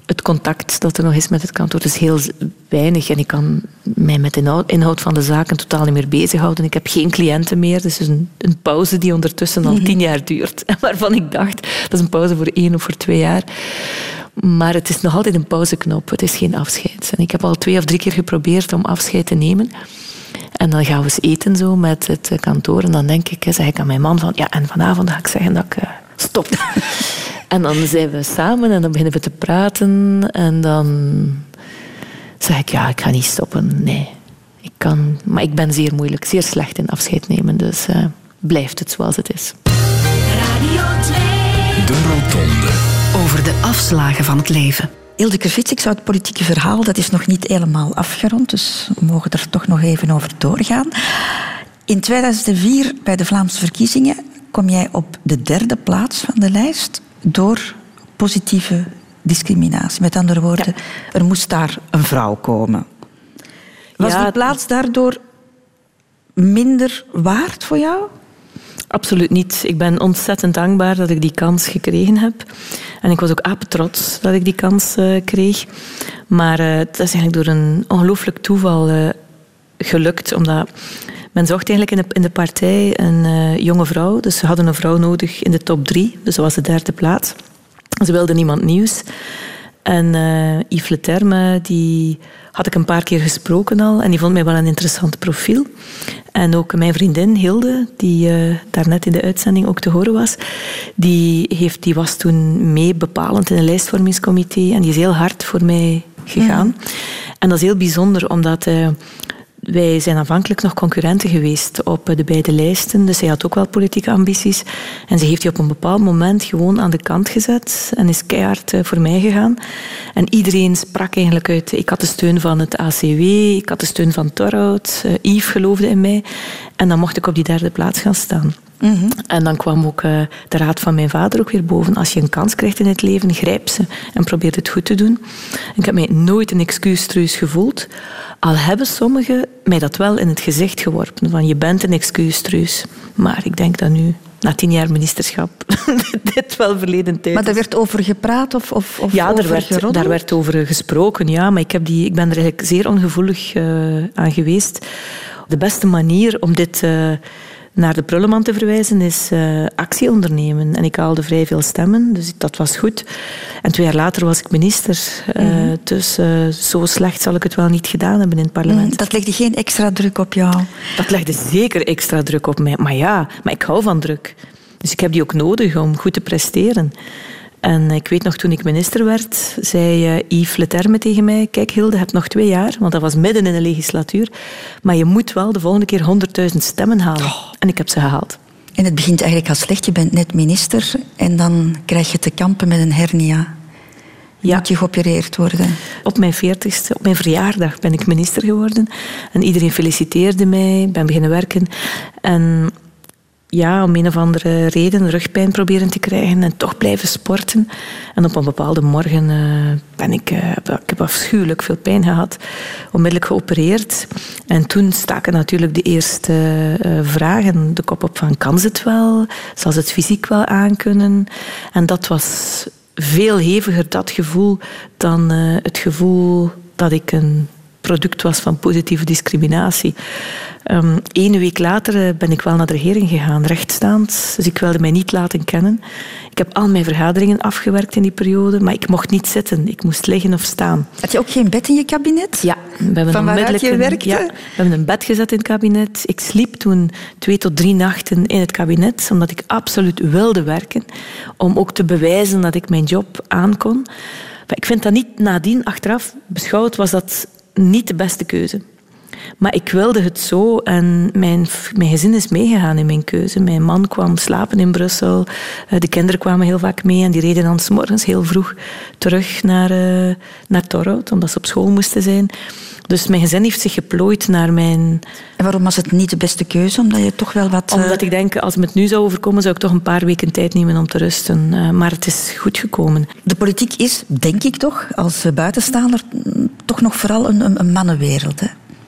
het contact dat er nog is met het kantoor is heel weinig. En ik kan mij met de inhoud van de zaken totaal niet meer bezighouden. Ik heb geen cliënten meer. Dus een, een pauze die ondertussen al tien jaar duurt. En waarvan ik dacht, dat is een pauze voor één of voor twee jaar. Maar het is nog altijd een pauzeknop. Het is geen afscheid. En ik heb al twee of drie keer geprobeerd om afscheid te nemen. En dan gaan we eens eten zo met het kantoor. En dan denk ik, zeg ik aan mijn man van... Ja, en vanavond ga ik zeggen dat ik uh, stop. En dan zijn we samen en dan beginnen we te praten. En dan zeg ik, ja, ik ga niet stoppen. Nee, ik kan... Maar ik ben zeer moeilijk, zeer slecht in afscheid nemen. Dus uh, blijft het zoals het is. Radio twee. De Rotonde. Over de afslagen van het leven. Hilde Krevits, ik zou het politieke verhaal, dat is nog niet helemaal afgerond, dus we mogen er toch nog even over doorgaan. In tweeduizend vier, bij de Vlaamse verkiezingen, kom jij op de derde plaats van de lijst door positieve discriminatie. Met andere woorden, ja. Er moest daar een vrouw komen. Was ja, die plaats daardoor minder waard voor jou? Absoluut niet. Ik ben ontzettend dankbaar dat ik die kans gekregen heb. En ik was ook apetrots dat ik die kans uh, kreeg. Maar uh, het is eigenlijk door een ongelooflijk toeval uh, gelukt. Omdat men zocht eigenlijk in de, in de partij een uh, jonge vrouw. Dus ze hadden een vrouw nodig in de top drie. Dus dat was de derde plaats. Ze wilden niemand nieuws. En uh, Yves Leterme, die had ik een paar keer gesproken al. En die vond mij wel een interessant profiel. En ook mijn vriendin Hilde, die uh, daarnet in de uitzending ook te horen was, die, heeft, die was toen mee bepalend in een lijstvormingscomité. En die is heel hard voor mij gegaan. Mm. En dat is heel bijzonder, omdat... Uh, Wij zijn aanvankelijk nog concurrenten geweest op de beide lijsten. Dus zij had ook wel politieke ambities. En ze heeft die op een bepaald moment gewoon aan de kant gezet en is keihard voor mij gegaan. En iedereen sprak eigenlijk uit. Ik had de steun van het A C W, ik had de steun van Torhout. Yves geloofde in mij. En dan mocht ik op die derde plaats gaan staan. Mm-hmm. En dan kwam ook uh, de raad van mijn vader ook weer boven. Als je een kans krijgt in het leven, grijp ze en probeer het goed te doen. En ik heb mij nooit een excuustruus gevoeld. Al hebben sommigen mij dat wel in het gezicht geworpen. Van je bent een excuustruus. Maar ik denk dat nu, na tien jaar ministerschap, dit wel verleden tijd is. Maar daar werd over gepraat of, of, of ja, over daar werd, geroddeld? daar werd over gesproken, ja. Maar ik, heb die, ik ben er eigenlijk zeer ongevoelig uh, aan geweest. De beste manier om dit... Uh, naar de prullenman te verwijzen is uh, actie ondernemen. En ik haalde vrij veel stemmen, dus dat was goed. En twee jaar later was ik minister. Uh, mm-hmm. Dus uh, zo slecht zal ik het wel niet gedaan hebben in het parlement. Mm, dat legde geen extra druk op jou? Dat legde zeker extra druk op mij. Maar ja, maar ik hou van druk. Dus ik heb die ook nodig om goed te presteren. En ik weet nog, toen ik minister werd, zei uh, Yves Leterme tegen mij, kijk Hilde, je hebt nog twee jaar, want dat was midden in de legislatuur, maar je moet wel de volgende keer honderdduizend stemmen halen. Oh. En ik heb ze gehaald. En het begint eigenlijk al slecht. Je bent net minister en dan krijg je te kampen met een hernia. Ja. Moet je geopereerd worden? Op mijn veertigste, op mijn verjaardag, ben ik minister geworden. En iedereen feliciteerde mij, ben beginnen werken. En... ja, om een of andere reden rugpijn proberen te krijgen en toch blijven sporten. En op een bepaalde morgen uh, ben ik... Uh, ik heb afschuwelijk veel pijn gehad. Onmiddellijk geopereerd. En toen staken natuurlijk de eerste uh, vragen de kop op van... kan ze het wel? Zal ze het fysiek wel aankunnen? En dat was veel heviger, dat gevoel, dan uh, het gevoel dat ik een... product was van positieve discriminatie. Um, Eén week later ben ik wel naar de regering gegaan, rechtstaand. Dus ik wilde mij niet laten kennen. Ik heb al mijn vergaderingen afgewerkt in die periode, maar ik mocht niet zitten. Ik moest liggen of staan. Had je ook geen bed in je kabinet? Ja. We hebben van waaruit je een, werkte? Ja, we hebben een bed gezet in het kabinet. Ik sliep toen twee tot drie nachten in het kabinet, omdat ik absoluut wilde werken, om ook te bewijzen dat ik mijn job aankon. Maar ik vind dat niet nadien, achteraf beschouwd, was dat niet de beste keuze. Maar ik wilde het zo en mijn, mijn gezin is meegegaan in mijn keuze. Mijn man kwam slapen in Brussel. De kinderen kwamen heel vaak mee en die reden dan 's morgens heel vroeg terug naar, uh, naar Torhout, omdat ze op school moesten zijn. Dus mijn gezin heeft zich geplooid naar mijn... En waarom was het niet de beste keuze? Omdat je toch wel wat... Uh... Omdat ik denk, als het me nu zou overkomen, zou ik toch een paar weken tijd nemen om te rusten. Uh, maar het is goed gekomen. De politiek is, denk ik toch, als buitenstaander, toch nog vooral een, een mannenwereld, hè?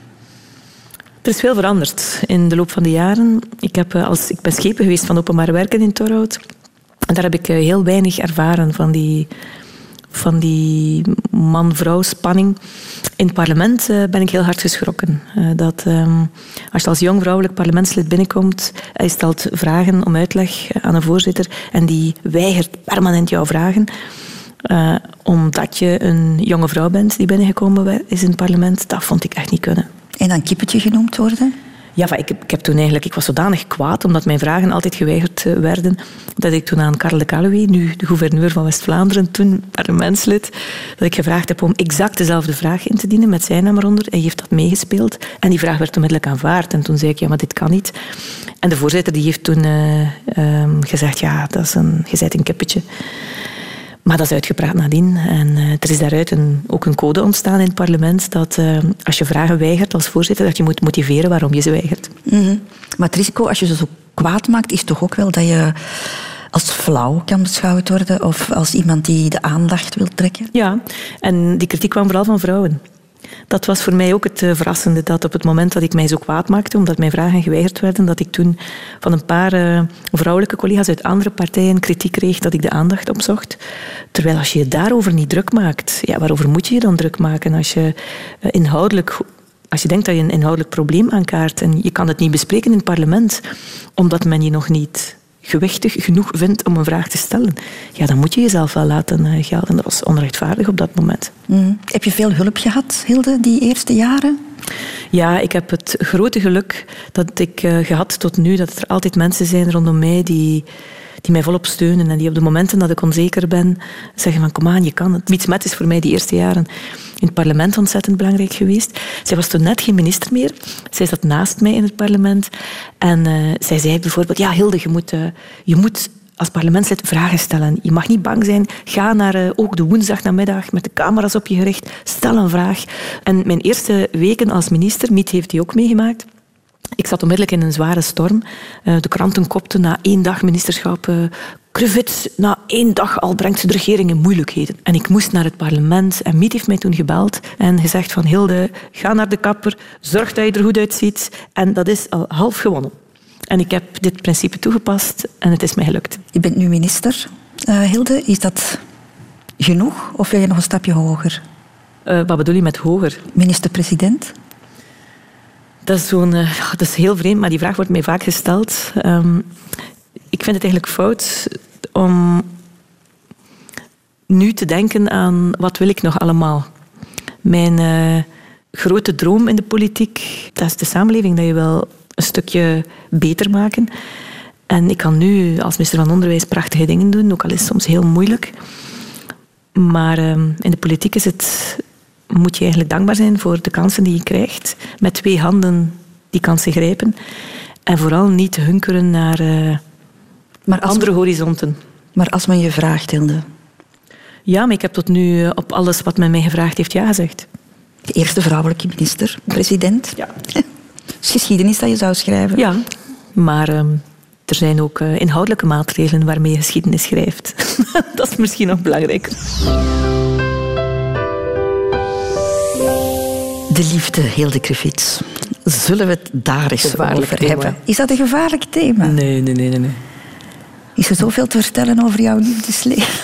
Er is veel veranderd in de loop van de jaren. Ik, heb, als, ik ben schepen geweest van openbaar werken in Torhout. En daar heb ik heel weinig ervaren van die, van die man-vrouw spanning. In het parlement uh, ben ik heel hard geschrokken. Uh, dat, um, als je als jong vrouwelijk parlementslid binnenkomt, hij stelt vragen om uitleg aan een voorzitter en die weigert permanent jouw vragen. Uh, omdat je een jonge vrouw bent die binnengekomen is in het parlement. Dat vond ik echt niet kunnen. En dan kippetje genoemd worden? Ja, ik, ik heb toen eigenlijk... Ik was zodanig kwaad, omdat mijn vragen altijd geweigerd werden, dat ik toen aan Karel de Kaluwe, nu de gouverneur van West-Vlaanderen, toen parlementslid, dat ik gevraagd heb om exact dezelfde vraag in te dienen met zijn naam eronder. Hij heeft dat meegespeeld. En die vraag werd onmiddellijk aanvaard. En toen zei ik, ja, maar dit kan niet. En de voorzitter die heeft toen uh, um, gezegd, ja, dat is een, je bent een kippetje. Maar dat is uitgepraat nadien. En uh, er is daaruit een, ook een code ontstaan in het parlement dat uh, als je vragen weigert als voorzitter, dat je moet motiveren waarom je ze weigert. Mm-hmm. Maar het risico, als je ze zo kwaad maakt, is toch ook wel dat je als flauw kan beschouwd worden of als iemand die de aandacht wil trekken? Ja, en die kritiek kwam vooral van vrouwen. Dat was voor mij ook het uh, verrassende, dat op het moment dat ik mij zo kwaad maakte, omdat mijn vragen geweigerd werden, dat ik toen van een paar uh, vrouwelijke collega's uit andere partijen kritiek kreeg dat ik de aandacht opzocht. Terwijl als je je daarover niet druk maakt, ja, waarover moet je je dan druk maken? Als je uh, inhoudelijk... Als je denkt dat je een inhoudelijk probleem aankaart en je kan het niet bespreken in het parlement, omdat men je nog niet gewichtig genoeg vindt om een vraag te stellen, ja, dan moet je jezelf wel laten gelden. Dat was onrechtvaardig op dat moment. Mm. Heb je veel hulp gehad, Hilde, die eerste jaren? Ja, ik heb het grote geluk dat ik uh, gehad tot nu, dat er altijd mensen zijn rondom mij die, die mij volop steunen en die op de momenten dat ik onzeker ben zeggen van kom aan, je kan het. Miets Met is voor mij die eerste jaren in het parlement ontzettend belangrijk geweest. Zij was toen net geen minister meer. Zij zat naast mij in het parlement. En uh, zij zei bijvoorbeeld, ja Hilde, je moet, uh, je moet als parlementslid vragen stellen. Je mag niet bang zijn. Ga naar uh, ook de woensdagnamiddag met de camera's op je gericht. Stel een vraag. En mijn eerste weken als minister, Miet heeft die ook meegemaakt. Ik zat onmiddellijk in een zware storm. Uh, de kranten kopten na één dag ministerschap... Uh, Crevits, na één dag al brengt ze de regering in moeilijkheden. En ik moest naar het parlement. En Miet heeft mij toen gebeld en gezegd van Hilde, ga naar de kapper, zorg dat je er goed uitziet. En dat is al half gewonnen. En ik heb dit principe toegepast en het is mij gelukt. Je bent nu minister, uh, Hilde. Is dat genoeg of wil je nog een stapje hoger? Uh, wat bedoel je met hoger? Minister-president? Dat is, zo'n, uh, dat is heel vreemd, maar die vraag wordt mij vaak gesteld. Um, ik vind het eigenlijk fout om nu te denken aan wat wil ik nog allemaal. Mijn uh, grote droom in de politiek, dat is de samenleving, dat je wil een stukje beter maken. En ik kan nu als minister van Onderwijs prachtige dingen doen, ook al is het soms heel moeilijk. Maar uh, in de politiek is het, moet je eigenlijk dankbaar zijn voor de kansen die je krijgt. Met twee handen die kansen grijpen. En vooral niet hunkeren naar uh, maar andere men, horizonten. Maar als men je vraagt, Hilde? Ja, maar ik heb tot nu op alles wat men mij gevraagd heeft ja gezegd. De eerste vrouwelijke minister, president. Ja. Het is geschiedenis dat je zou schrijven. Ja, maar uh, er zijn ook uh, inhoudelijke maatregelen waarmee je geschiedenis schrijft. Dat is misschien nog belangrijker. De liefde, Hilde Crevits. Zullen we het daar eens gevaarlijk over thema. hebben? Is dat een gevaarlijk thema? Nee, nee, nee, nee. Is er zoveel te vertellen over jouw liefdesleven?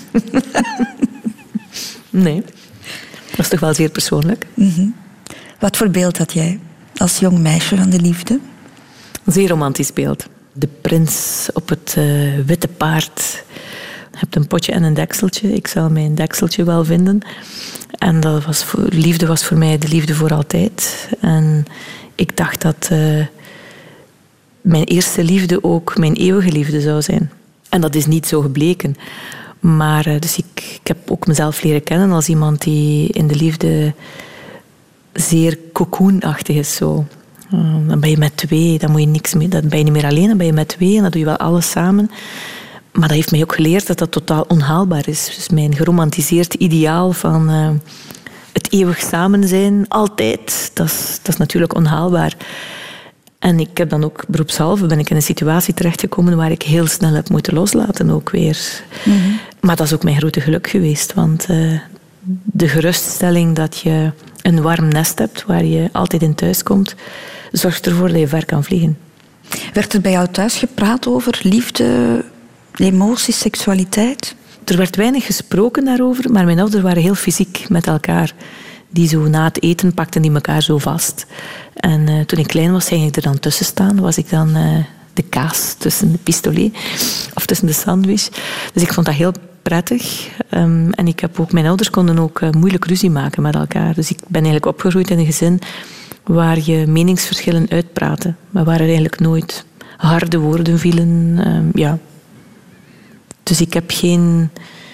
Nee. Dat is toch wel zeer persoonlijk. Mm-hmm. Wat voor beeld had jij als jong meisje van de liefde? Een zeer romantisch beeld. De prins op het uh, witte paard. Je hebt een potje en een dekseltje. Ik zal mijn dekseltje wel vinden. En dat was voor, liefde was voor mij de liefde voor altijd. En ik dacht dat uh, mijn eerste liefde ook mijn eeuwige liefde zou zijn. En dat is niet zo gebleken. Maar uh, dus ik, ik heb ook mezelf leren kennen als iemand die in de liefde zeer cocoonachtig is. Zo. Uh, dan ben je met twee, dan moet je niks meer. Dan ben je niet meer alleen, dan ben je met twee en dan doe je wel alles samen. Maar dat heeft mij ook geleerd dat dat totaal onhaalbaar is. Dus mijn geromantiseerd ideaal van uh, het eeuwig samen zijn, altijd, dat is, dat is natuurlijk onhaalbaar. En ik heb dan ook beroepshalve ben ik in een situatie terechtgekomen waar ik heel snel heb moeten loslaten ook weer. Mm-hmm. Maar dat is ook mijn grote geluk geweest, want uh, de geruststelling dat je een warm nest hebt waar je altijd in thuis komt, zorgt ervoor dat je ver kan vliegen. Werd er bij jou thuis gepraat over liefde, emoties, seksualiteit? er werd weinig gesproken daarover, maar mijn ouders waren heel fysiek met elkaar. Die zo na het eten pakten die elkaar zo vast. En uh, toen ik klein was, ging ik er dan tussen staan. Was ik dan uh, de kaas tussen de pistolet of tussen de sandwich. Dus ik vond dat heel prettig. Um, en ik heb ook, mijn ouders konden ook uh, moeilijk ruzie maken met elkaar. Dus ik ben eigenlijk opgegroeid in een gezin waar je meningsverschillen uitpraatte. Maar waar er eigenlijk nooit harde woorden vielen. Um, ja. Dus ik heb geen...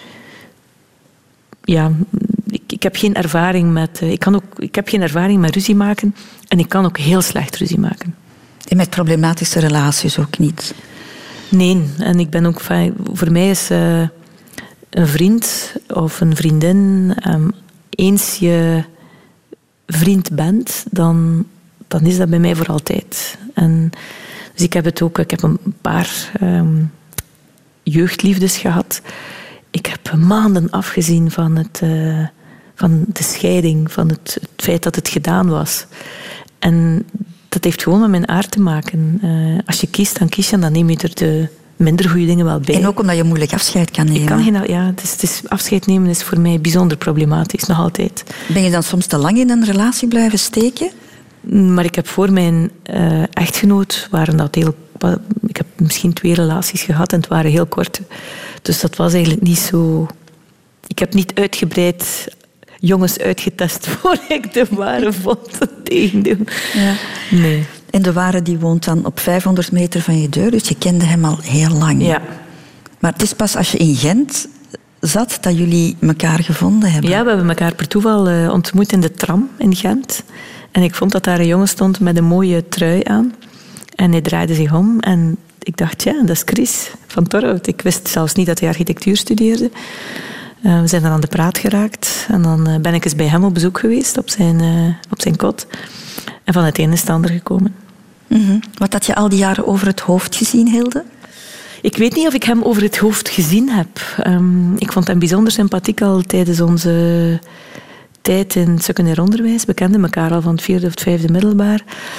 Ja, ik, ik heb geen ervaring met... Uh, ik, kan ook, ik heb geen ervaring met ruzie maken. En ik kan ook heel slecht ruzie maken. En met problematische relaties ook niet? Nee. En ik ben ook... Voor mij is uh, een vriend of een vriendin... Um, eens je vriend bent, dan, dan is dat bij mij voor altijd. En dus ik heb het ook... Ik heb een paar um, jeugdliefdes gehad... Ik heb maanden afgezien van, het, uh, van de scheiding, van het, het feit dat het gedaan was. En dat heeft gewoon met mijn aard te maken. Uh, als je kiest, dan kies je en dan neem je er de minder goede dingen wel bij. En ook omdat je moeilijk afscheid kan nemen. Ik kan geen, ja, het is, het is, afscheid nemen is voor mij bijzonder problematisch, nog altijd. Ben je dan soms te lang in een relatie blijven steken? Maar ik heb voor mijn uh, echtgenoot, waren dat heel... Ik heb misschien twee relaties gehad en het waren heel korte. Dus dat was eigenlijk niet zo... Ik heb niet uitgebreid jongens uitgetest voor ik de ware vond. Tegendeel. Ja. Nee. En de ware die woont dan op vijfhonderd meter van je deur, dus je kende hem al heel lang. Ja. Maar het is pas als je in Gent zat dat jullie elkaar gevonden hebben. Ja, we hebben elkaar per toeval uh, ontmoet in de tram in Gent. En ik vond dat daar een jongen stond met een mooie trui aan. En hij draaide zich om en ik dacht, ja, dat is Chris van Torhout. Ik wist zelfs niet dat hij architectuur studeerde. Uh, we zijn dan aan de praat geraakt. En dan uh, ben ik eens bij hem op bezoek geweest, op zijn, uh, op zijn kot. En van het een is het ander gekomen. Mm-hmm. Wat had je al die jaren over het hoofd gezien, Hilde? Ik weet niet of ik hem over het hoofd gezien heb. Um, ik vond hem bijzonder sympathiek al tijdens onze tijd in het secundair onderwijs. We kenden elkaar al van het vierde of het vijfde middelbaar.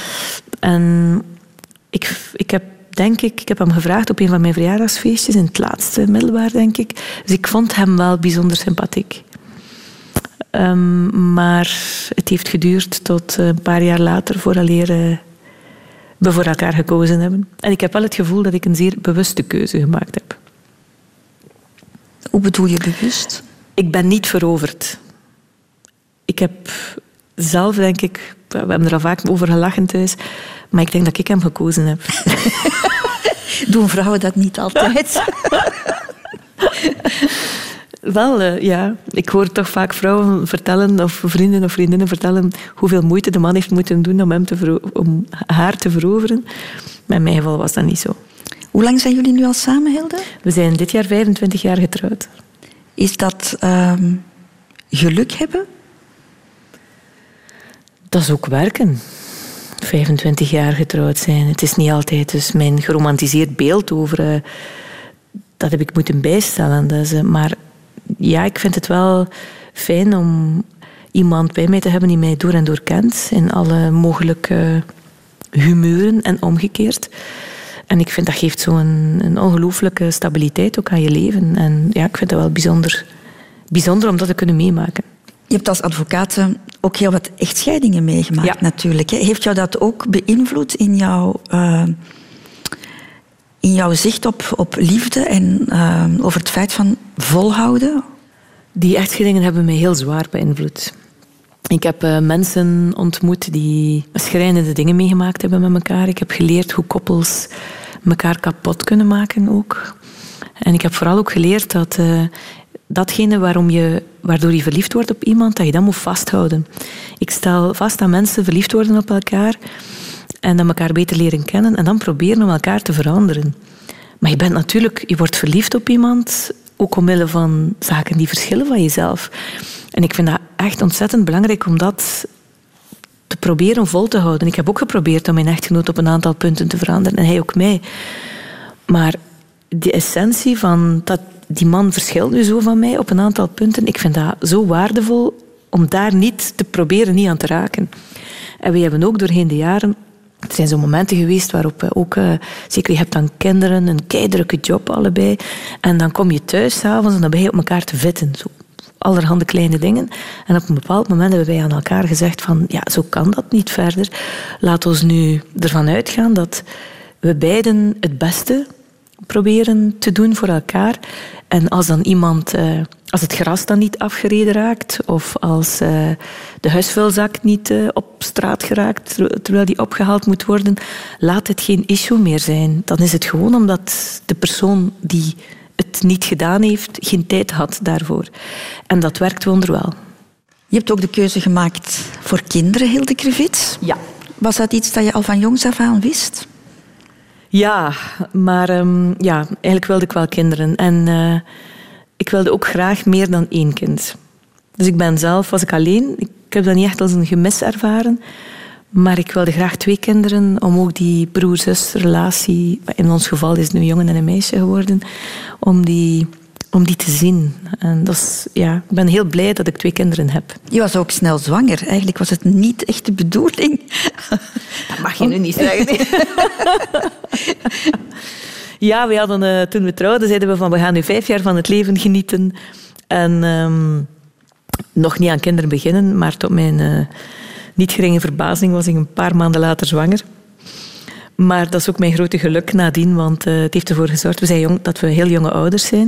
En ik, ik heb, denk ik, ik heb hem gevraagd op een van mijn verjaardagsfeestjes, in het laatste middelbaar, denk ik. Dus ik vond hem wel bijzonder sympathiek. Um, maar het heeft geduurd tot een paar jaar later vooraleer uh, we voor elkaar gekozen hebben. En ik heb wel het gevoel dat ik een zeer bewuste keuze gemaakt heb. Hoe bedoel je bewust? Ik ben niet veroverd. Ik heb zelf, denk ik... We hebben er al vaak over gelachen thuis. Maar ik denk dat ik hem gekozen heb. Doen vrouwen dat niet altijd? Wel, uh, ja. Ik hoor toch vaak vrouwen vertellen, of vrienden of vriendinnen vertellen, hoeveel moeite de man heeft moeten doen om, hem te vero- om haar te veroveren. Maar in mijn geval was dat niet zo. Hoe lang zijn jullie nu al samen, Hilde? We zijn dit jaar vijfentwintig jaar getrouwd. Is dat uh, geluk hebben? Dat is ook werken. vijfentwintig jaar getrouwd zijn. Het is niet altijd dus mijn geromantiseerd beeld over... Uh, dat heb ik moeten bijstellen. Dus, uh, maar ja, ik vind het wel fijn om iemand bij mij te hebben die mij door en door kent. In alle mogelijke humeuren en omgekeerd. En ik vind dat geeft zo'n een ongelooflijke stabiliteit ook aan je leven. En ja, ik vind dat wel bijzonder, bijzonder om dat te kunnen meemaken. Je hebt als advocaat ook heel wat echtscheidingen meegemaakt, ja. natuurlijk. Heeft jou dat ook beïnvloed in jouw, uh, in jouw zicht op, op liefde en uh, over het feit van volhouden? Die echtscheidingen hebben mij heel zwaar beïnvloed. Ik heb uh, mensen ontmoet die schrijnende dingen meegemaakt hebben met elkaar. Ik heb geleerd hoe koppels elkaar kapot kunnen maken ook. En ik heb vooral ook geleerd dat... Uh, datgene waarom je, waardoor je verliefd wordt op iemand, dat je dat moet vasthouden. Ik stel vast dat mensen verliefd worden op elkaar en dan elkaar beter leren kennen en dan proberen om elkaar te veranderen. Maar je bent natuurlijk, je wordt verliefd op iemand, ook omwille van zaken die verschillen van jezelf. En ik vind dat echt ontzettend belangrijk om dat te proberen vol te houden. Ik heb ook geprobeerd om mijn echtgenoot op een aantal punten te veranderen en hij ook mij. Maar de essentie van dat die man verschilt nu zo van mij op een aantal punten. Ik vind dat zo waardevol om daar niet te proberen niet aan te raken. En we hebben ook doorheen de jaren er zijn zo momenten geweest waarop we ook... Uh, zeker, je hebt dan kinderen, een keidrukke job allebei. En dan kom je thuis 's avonds en dan begin je op elkaar te vitten. Zo allerhande kleine dingen. En op een bepaald moment hebben wij aan elkaar gezegd van... Ja, zo kan dat niet verder. Laat ons nu ervan uitgaan dat we beiden het beste proberen te doen voor elkaar. En als dan iemand... Uh, als het gras dan niet afgereden raakt, of als uh, de huisvuilzak niet uh, op straat geraakt terwijl die opgehaald moet worden, laat het geen issue meer zijn. Dan is het gewoon omdat de persoon die het niet gedaan heeft, geen tijd had daarvoor. En dat werkt wonderwel. Je hebt ook de keuze gemaakt voor kinderen, Hilde Krivits. Ja. Was dat iets dat je al van jongs af aan wist? Ja, maar um, ja, eigenlijk wilde ik wel kinderen. En uh, ik wilde ook graag meer dan één kind. Dus ik ben zelf, was ik alleen. Ik heb dat niet echt als een gemis ervaren. Maar ik wilde graag twee kinderen, om ook die broer-zus-relatie... In ons geval is het nu een jongen en een meisje geworden. Om die, om die te zien. En dat is, ja, ik ben heel blij dat ik twee kinderen heb. Je was ook snel zwanger. Eigenlijk was het niet echt de bedoeling. Dat mag je nu niet zeggen. Nee. Ja, we hadden, uh, toen we trouwden, zeiden we van we gaan nu vijf jaar van het leven genieten. En um, nog niet aan kinderen beginnen, maar tot mijn uh, niet geringe verbazing was ik een paar maanden later zwanger. Maar dat is ook mijn grote geluk nadien, want uh, het heeft ervoor gezorgd we zijn jong, dat we heel jonge ouders zijn.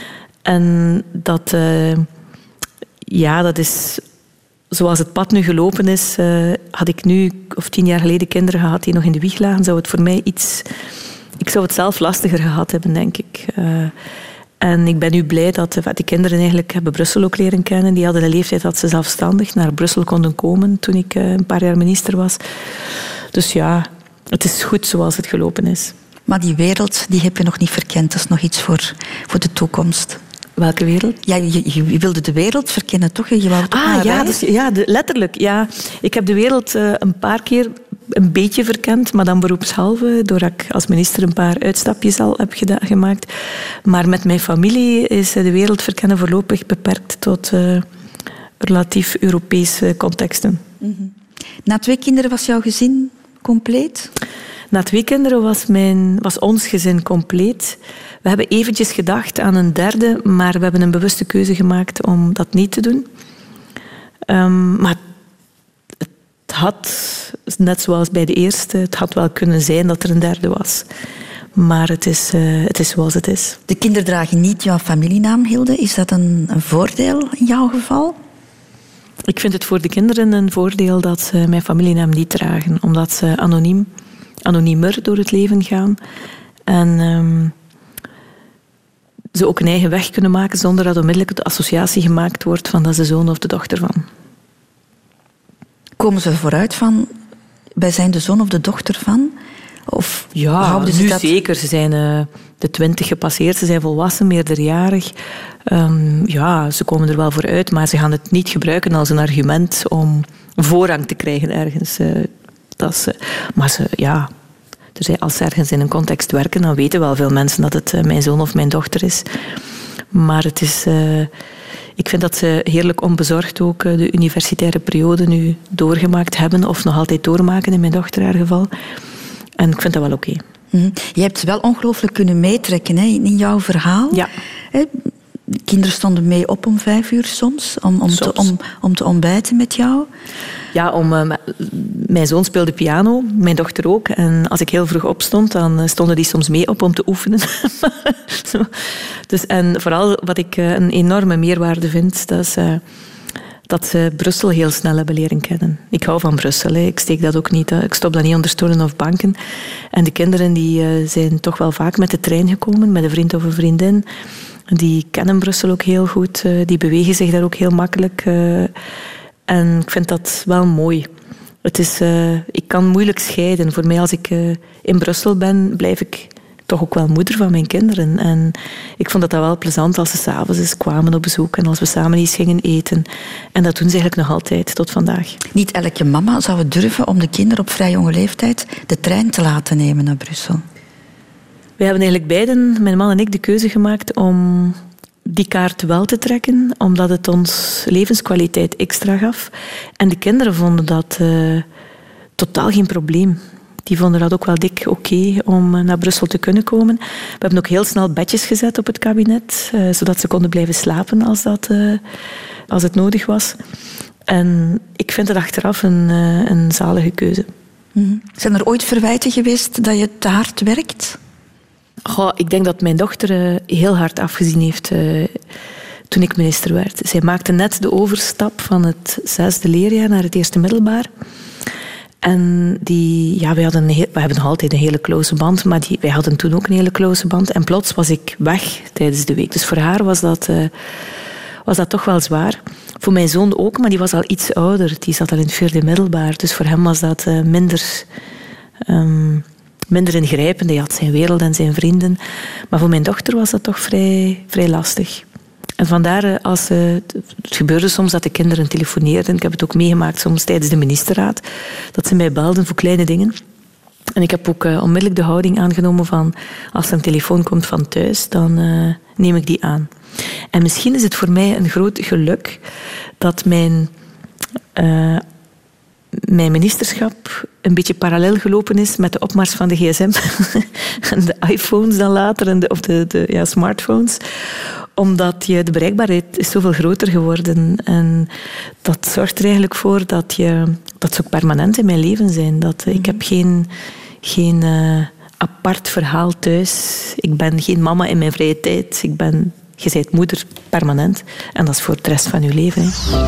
En dat, uh, ja, dat is... Zoals het pad nu gelopen is, uh, had ik nu, of tien jaar geleden, kinderen gehad die nog in de wieg lagen, zou het voor mij iets... Ik zou het zelf lastiger gehad hebben, denk ik. Uh, en ik ben nu blij dat uh, die kinderen eigenlijk hebben Brussel ook leren kennen. Die hadden een leeftijd dat ze zelfstandig naar Brussel konden komen toen ik uh, een paar jaar minister was. Dus ja, het is goed zoals het gelopen is. Maar die wereld, die heb je nog niet verkend. Dat is nog iets voor, voor de toekomst. Welke wereld? Ja, je, je wilde de wereld verkennen, toch? Je wou ah, ja, dus, ja de, letterlijk. Ja. Ik heb de wereld uh, een paar keer een beetje verkend, maar dan beroepshalve, doordat ik als minister een paar uitstapjes al heb geda- gemaakt. Maar met mijn familie is de wereld verkennen voorlopig beperkt tot uh, relatief Europese contexten. Mm-hmm. Na twee kinderen was jouw gezin compleet? Na twee kinderen was, mijn, was ons gezin compleet. We hebben eventjes gedacht aan een derde, maar we hebben een bewuste keuze gemaakt om dat niet te doen. Um, maar het had, net zoals bij de eerste, het had wel kunnen zijn dat er een derde was. Maar het is, uh, het is zoals het is. De kinderen dragen niet jouw familienaam, Hilde. Is dat een, een voordeel in jouw geval? Ik vind het voor de kinderen een voordeel dat ze mijn familienaam niet dragen. Omdat ze anoniem, anoniemer door het leven gaan. En um, ze ook een eigen weg kunnen maken zonder dat onmiddellijk de associatie gemaakt wordt van dat is de zoon of de dochter van. Komen ze vooruit van, wij zijn de zoon of de dochter van? Of ja, houden ze nu dat... zeker. Ze zijn uh, de twintig gepasseerd, ze zijn volwassen, meerderjarig. Um, ja, ze komen er wel voor uit, maar ze gaan het niet gebruiken als een argument om voorrang te krijgen ergens. Uh, dat ze, maar ze, ja... Dus als ze ergens in een context werken, dan weten wel veel mensen dat het uh, mijn zoon of mijn dochter is. Maar het is... Uh, ik vind dat ze heerlijk onbezorgd ook uh, de universitaire periode nu doorgemaakt hebben, of nog altijd doormaken in mijn dochter haar geval. En ik vind dat wel oké. Okay. Mm-hmm. Je hebt wel ongelooflijk kunnen meetrekken hè, in jouw verhaal. Ja. Hè? Kinderen stonden mee op om vijf uur soms, om, om, soms. Te, om, om te ontbijten met jou. Ja, om, uh, mijn zoon speelde piano, mijn dochter ook. En als ik heel vroeg opstond, dan stonden die soms mee op om te oefenen. Dus, en vooral wat ik uh, een enorme meerwaarde vind, dat is uh, dat ze Brussel heel snel hebben leren kennen. Ik hou van Brussel, hè. Ik steek dat ook niet. Hè. Ik stop dat niet onder stoelen of banken. En de kinderen die, uh, zijn toch wel vaak met de trein gekomen, met een vriend of een vriendin. Die kennen Brussel ook heel goed. Uh, die bewegen zich daar ook heel makkelijk. Uh, en ik vind dat wel mooi. Het is, uh, ik kan moeilijk scheiden. Voor mij, als ik uh, in Brussel ben, blijf ik toch ook wel moeder van mijn kinderen. En ik vond dat, dat wel plezant als ze 's avonds eens kwamen op bezoek en als we samen iets gingen eten. En dat doen ze eigenlijk nog altijd, tot vandaag. Niet elke mama zou het durven om de kinderen op vrij jonge leeftijd de trein te laten nemen naar Brussel. We hebben eigenlijk beiden, mijn man en ik, de keuze gemaakt om die kaart wel te trekken, omdat het ons levenskwaliteit extra gaf. En de kinderen vonden dat uh, totaal geen probleem. Die vonden dat ook wel dik oké om naar Brussel te kunnen komen. We hebben ook heel snel bedjes gezet op het kabinet, uh, zodat ze konden blijven slapen als, dat, uh, als het nodig was. En ik vind het achteraf een, uh, een zalige keuze. Mm-hmm. Zijn er ooit verwijten geweest dat je te hard werkt? Goh, ik denk dat mijn dochter uh, heel hard afgezien heeft uh, toen ik minister werd. Zij maakte net de overstap van het zesde leerjaar naar het eerste middelbaar. En die, ja, wij, hadden een heel, wij hebben nog altijd een hele close band, maar die, wij hadden toen ook een hele close band. En plots was ik weg tijdens de week. Dus voor haar was dat, uh, was dat toch wel zwaar. Voor mijn zoon ook, maar die was al iets ouder. Die zat al in het vierde middelbaar. Dus voor hem was dat uh, minder, um, minder ingrijpend. Hij had zijn wereld en zijn vrienden. Maar voor mijn dochter was dat toch vrij, vrij lastig. En vandaar, als, uh, het gebeurde soms dat de kinderen telefoneerden. Ik heb het ook meegemaakt soms tijdens de ministerraad. Dat ze mij belden voor kleine dingen. En ik heb ook uh, onmiddellijk de houding aangenomen van... als er een telefoon komt van thuis, dan uh, neem ik die aan. En misschien is het voor mij een groot geluk dat mijn, uh, mijn ministerschap een beetje parallel gelopen is met de opmars van de gsm en de iPhones dan later, en de, of de, de ja, smartphones. Omdat je, de bereikbaarheid is zoveel groter geworden. En dat zorgt er eigenlijk voor dat, je, dat ze ook permanent in mijn leven zijn. Dat, ik heb geen... geen uh, apart verhaal thuis. Ik ben geen mama in mijn vrije tijd. Ik ben... Je bent moeder permanent. En dat is voor de rest van je leven. Hè.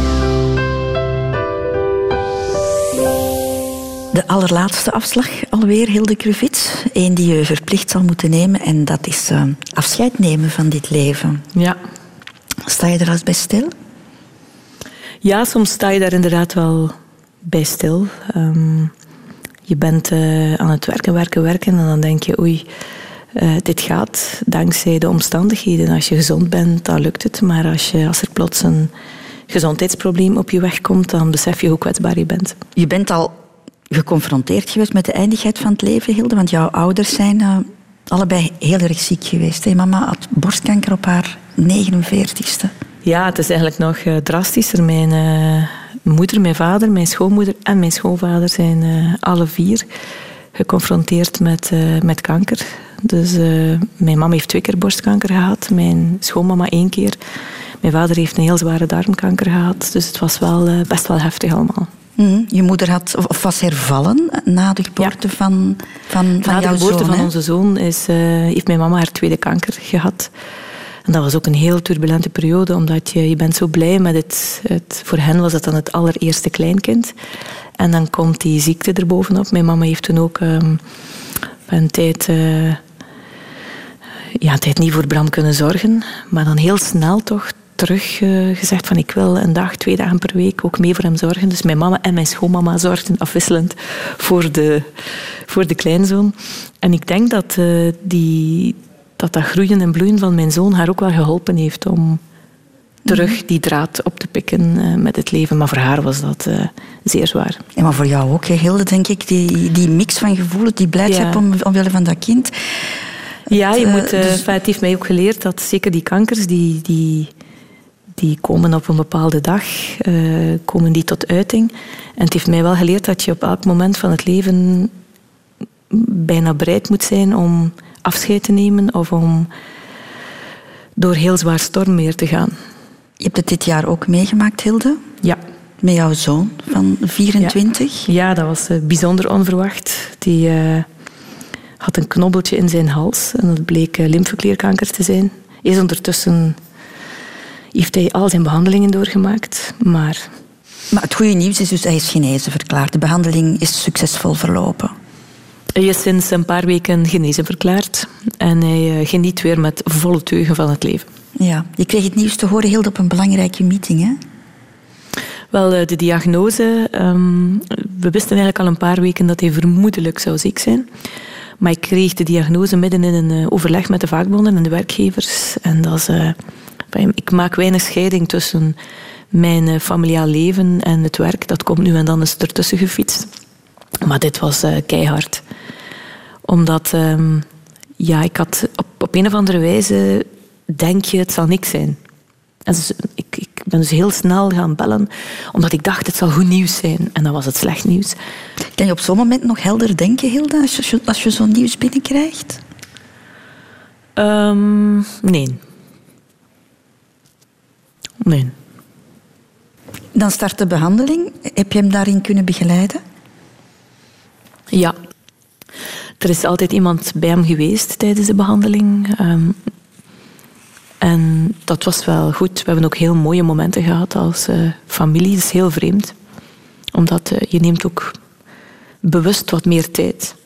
De allerlaatste afslag alweer, Hilde Kruvits. Eén die je verplicht zal moeten nemen. En dat is uh, afscheid nemen van dit leven. Ja. Sta je er als bij stil? Ja, soms sta je daar inderdaad wel bij stil. Um, je bent uh, aan het werken, werken, werken. En dan denk je, oei... Uh, dit gaat dankzij de omstandigheden. Als je gezond bent, dan lukt het. Maar als, je, als er plots een gezondheidsprobleem op je weg komt, dan besef je hoe kwetsbaar je bent. Je bent al geconfronteerd geweest met de eindigheid van het leven, Hilde. Want jouw ouders zijn uh, allebei heel erg ziek geweest. Hey, mama had borstkanker op haar negenenveertigste. Ja, het is eigenlijk nog uh, drastischer. Mijn uh, moeder, mijn vader, mijn schoonmoeder en mijn schoonvader zijn uh, alle vier geconfronteerd met, uh, met kanker. Dus uh, mijn mama heeft twee keer borstkanker gehad. Mijn schoonmama één keer. Mijn vader heeft een heel zware darmkanker gehad. Dus het was wel, uh, best wel heftig allemaal. Mm, je moeder had, of was hervallen na de geboorte ja. van, van, van na jouw zoon? Na de geboorte van hè? onze zoon is, uh, heeft mijn mama haar tweede kanker gehad. En dat was ook een heel turbulente periode, omdat je, je bent zo blij met het, het... Voor hen was dat dan het allereerste kleinkind. En dan komt die ziekte erbovenop. Mijn mama heeft toen ook um, een tijd... Uh, ja, een tijd niet voor Bram kunnen zorgen. Maar dan heel snel toch terug uh, gezegd van ik wil een dag, twee dagen per week ook mee voor hem zorgen. Dus mijn mama en mijn schoonmama zorgden afwisselend voor de, voor de kleinzoon. En ik denk dat, uh, die, dat dat groeien en bloeien van mijn zoon haar ook wel geholpen heeft om terug die draad op te pikken uh, met het leven. Maar voor haar was dat uh, zeer zwaar. Ja, maar voor jou ook, Hilde, denk ik. Die, die mix van gevoelens, die blijdschap ja. om, omwille van dat kind. Ja, je het, moet, uh, dus... het heeft mij ook geleerd dat zeker die kankers, die, die, die komen op een bepaalde dag, uh, komen die tot uiting. En het heeft mij wel geleerd dat je op elk moment van het leven bijna bereid moet zijn om afscheid te nemen of om door heel zwaar stormweer te gaan. Je hebt het dit jaar ook meegemaakt, Hilde? Ja. Met jouw zoon van vierentwintig? Ja, ja dat was uh, bijzonder onverwacht. Die... Uh, had een knobbeltje in zijn hals en dat bleek lymfeklierkanker te zijn. Is ondertussen heeft hij al zijn behandelingen doorgemaakt, maar... Maar het goede nieuws is dus, hij is genezen verklaard. De behandeling is succesvol verlopen. Hij is sinds een paar weken genezen verklaard en hij geniet weer met volle teugen van het leven. Ja, je kreeg het nieuws te horen, Hilde, op een belangrijke meeting, hè? Wel, de diagnose... Um, we wisten eigenlijk al een paar weken dat hij vermoedelijk zou ziek zijn. Maar ik kreeg de diagnose midden in een overleg met de vakbonden en de werkgevers. En dat is, uh, ik maak weinig scheiding tussen mijn familiaal leven en het werk. Dat komt nu en dan eens ertussen gefietst. Maar dit was uh, keihard. Omdat, um, ja, ik had op, op een of andere wijze... Denk je, het zal niks zijn. En dus, ik, ik Ik ben dus heel snel gaan bellen, omdat ik dacht, het zal goed nieuws zijn. En dan was het slecht nieuws. Kan je op zo'n moment nog helder denken, Hilde, als je, als je zo'n nieuws binnenkrijgt? Um, nee. Nee. Dan start de behandeling. Heb je hem daarin kunnen begeleiden? Ja. Er is altijd iemand bij hem geweest tijdens de behandeling. Um, en dat was wel goed. We hebben ook heel mooie momenten gehad als uh, familie. Dat is heel vreemd. Omdat uh, je neemt ook bewust wat meer tijd.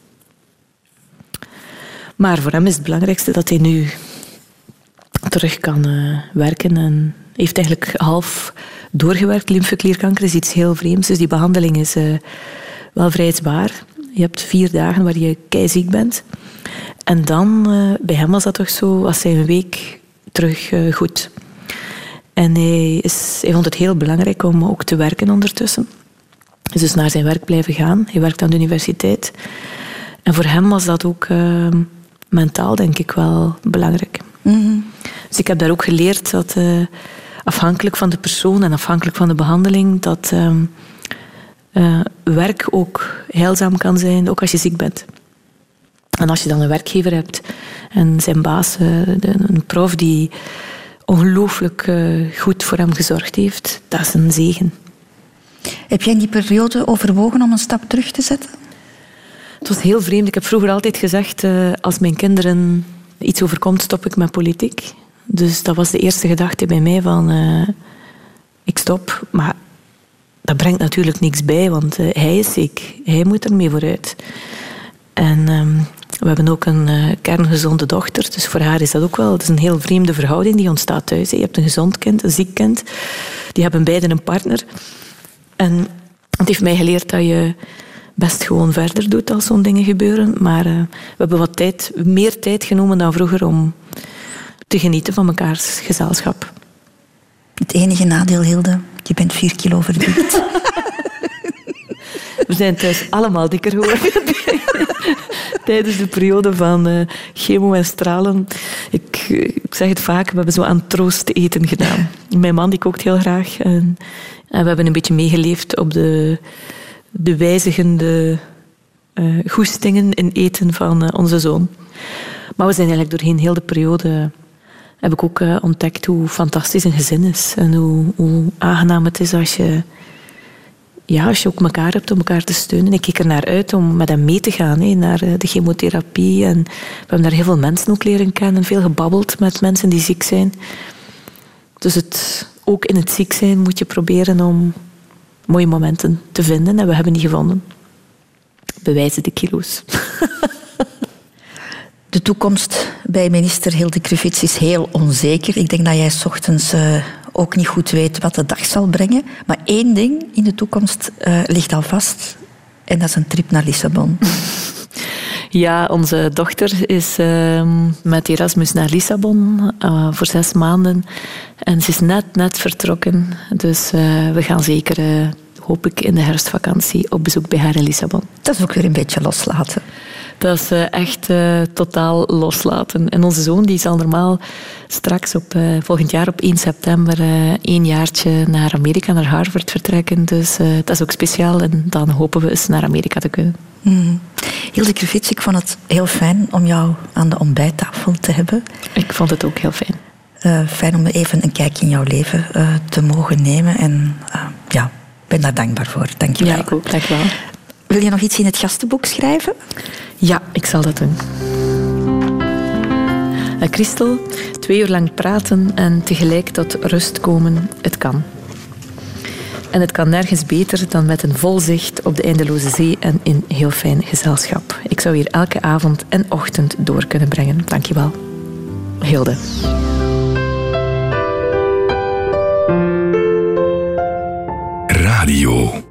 Maar voor hem is het belangrijkste dat hij nu terug kan uh, werken. En heeft eigenlijk half doorgewerkt. Lymfeklierkanker is iets heel vreemds. Dus die behandeling is uh, wel vrij zwaar. Je hebt vier dagen waar je keiziek bent. En dan, uh, bij hem was dat toch zo, was hij een week terug uh, goed. En hij, is, hij vond het heel belangrijk om ook te werken ondertussen. Hij is dus naar zijn werk blijven gaan. Hij werkt aan de universiteit. En voor hem was dat ook uh, mentaal, denk ik, wel belangrijk. Mm-hmm. Dus ik heb daar ook geleerd dat uh, afhankelijk van de persoon en afhankelijk van de behandeling, dat uh, uh, werk ook heilzaam kan zijn, ook als je ziek bent. En als je dan een werkgever hebt en zijn baas, uh, de, een prof die ongelooflijk uh, goed voor hem gezorgd heeft, dat is een zegen. Heb jij in die periode overwogen om een stap terug te zetten? Het was heel vreemd. Ik heb vroeger altijd gezegd, uh, als mijn kinderen iets overkomt, stop ik met politiek. Dus dat was de eerste gedachte bij mij van, uh, ik stop. Maar dat brengt natuurlijk niks bij, want uh, hij is ziek. Hij moet ermee vooruit. En um, we hebben ook een uh, kerngezonde dochter, dus voor haar is dat ook wel, het is een heel vreemde verhouding die ontstaat thuis. Je hebt een gezond kind, een ziek kind. Die hebben beiden een partner. En het heeft mij geleerd dat je best gewoon verder doet als zo'n dingen gebeuren. Maar uh, we hebben wat tijd, meer tijd genomen dan vroeger om te genieten van mekaars gezelschap. Het enige nadeel, Hilde, je bent vier kilo verdikt. We zijn thuis allemaal dikker geworden. Tijdens de periode van uh, chemo en stralen. Ik, ik zeg het vaak, we hebben zo aan troost eten gedaan. Mijn man die kookt heel graag. En, en we hebben een beetje meegeleefd op de, de wijzigende uh, goestingen in eten van uh, onze zoon. Maar we zijn eigenlijk doorheen heel de periode... heb ik ook uh, ontdekt hoe fantastisch een gezin is. En hoe, hoe aangenaam het is als je... Ja, als je ook elkaar hebt om elkaar te steunen. Ik keek er naar uit om met hem mee te gaan, hé, naar de chemotherapie. En we hebben daar heel veel mensen ook leren kennen. Veel gebabbeld met mensen die ziek zijn. Dus het, ook in het ziek zijn moet je proberen om mooie momenten te vinden. En we hebben die gevonden. Bewijzen de kilo's. De toekomst bij minister Hilde Krivits is heel onzeker. Ik denk dat jij 's ochtends uh, ook niet goed weet wat de dag zal brengen. Maar één ding in de toekomst uh, ligt al vast. En dat is een trip naar Lissabon. Ja, onze dochter is uh, met Erasmus naar Lissabon uh, voor zes maanden. En ze is net, net vertrokken. Dus uh, we gaan zeker, uh, hoop ik, in de herfstvakantie op bezoek bij haar in Lissabon. Dat is ook weer een beetje loslaten. Dat is uh, echt uh, totaal loslaten. En onze zoon die zal normaal straks op, uh, volgend jaar op één september uh, één jaartje naar Amerika, naar Harvard vertrekken. Dus uh, dat is ook speciaal en dan hopen we eens naar Amerika te kunnen. Mm. Hilde Krivits, ik vond het heel fijn om jou aan de ontbijttafel te hebben. Ik vond het ook heel fijn. Uh, fijn om even een kijkje in jouw leven uh, te mogen nemen. En uh, ja, ik ben daar dankbaar voor. Dank je wel. Ja, ik ook. Dank je wel. Wil je nog iets in het gastenboek schrijven? Ja, ik zal dat doen. Uh, Christel, twee uur lang praten en tegelijk tot rust komen, het kan. En het kan nergens beter dan met een vol zicht op de eindeloze zee en in heel fijn gezelschap. Ik zou hier elke avond en ochtend door kunnen brengen. Dank je wel. Hilde. Radio.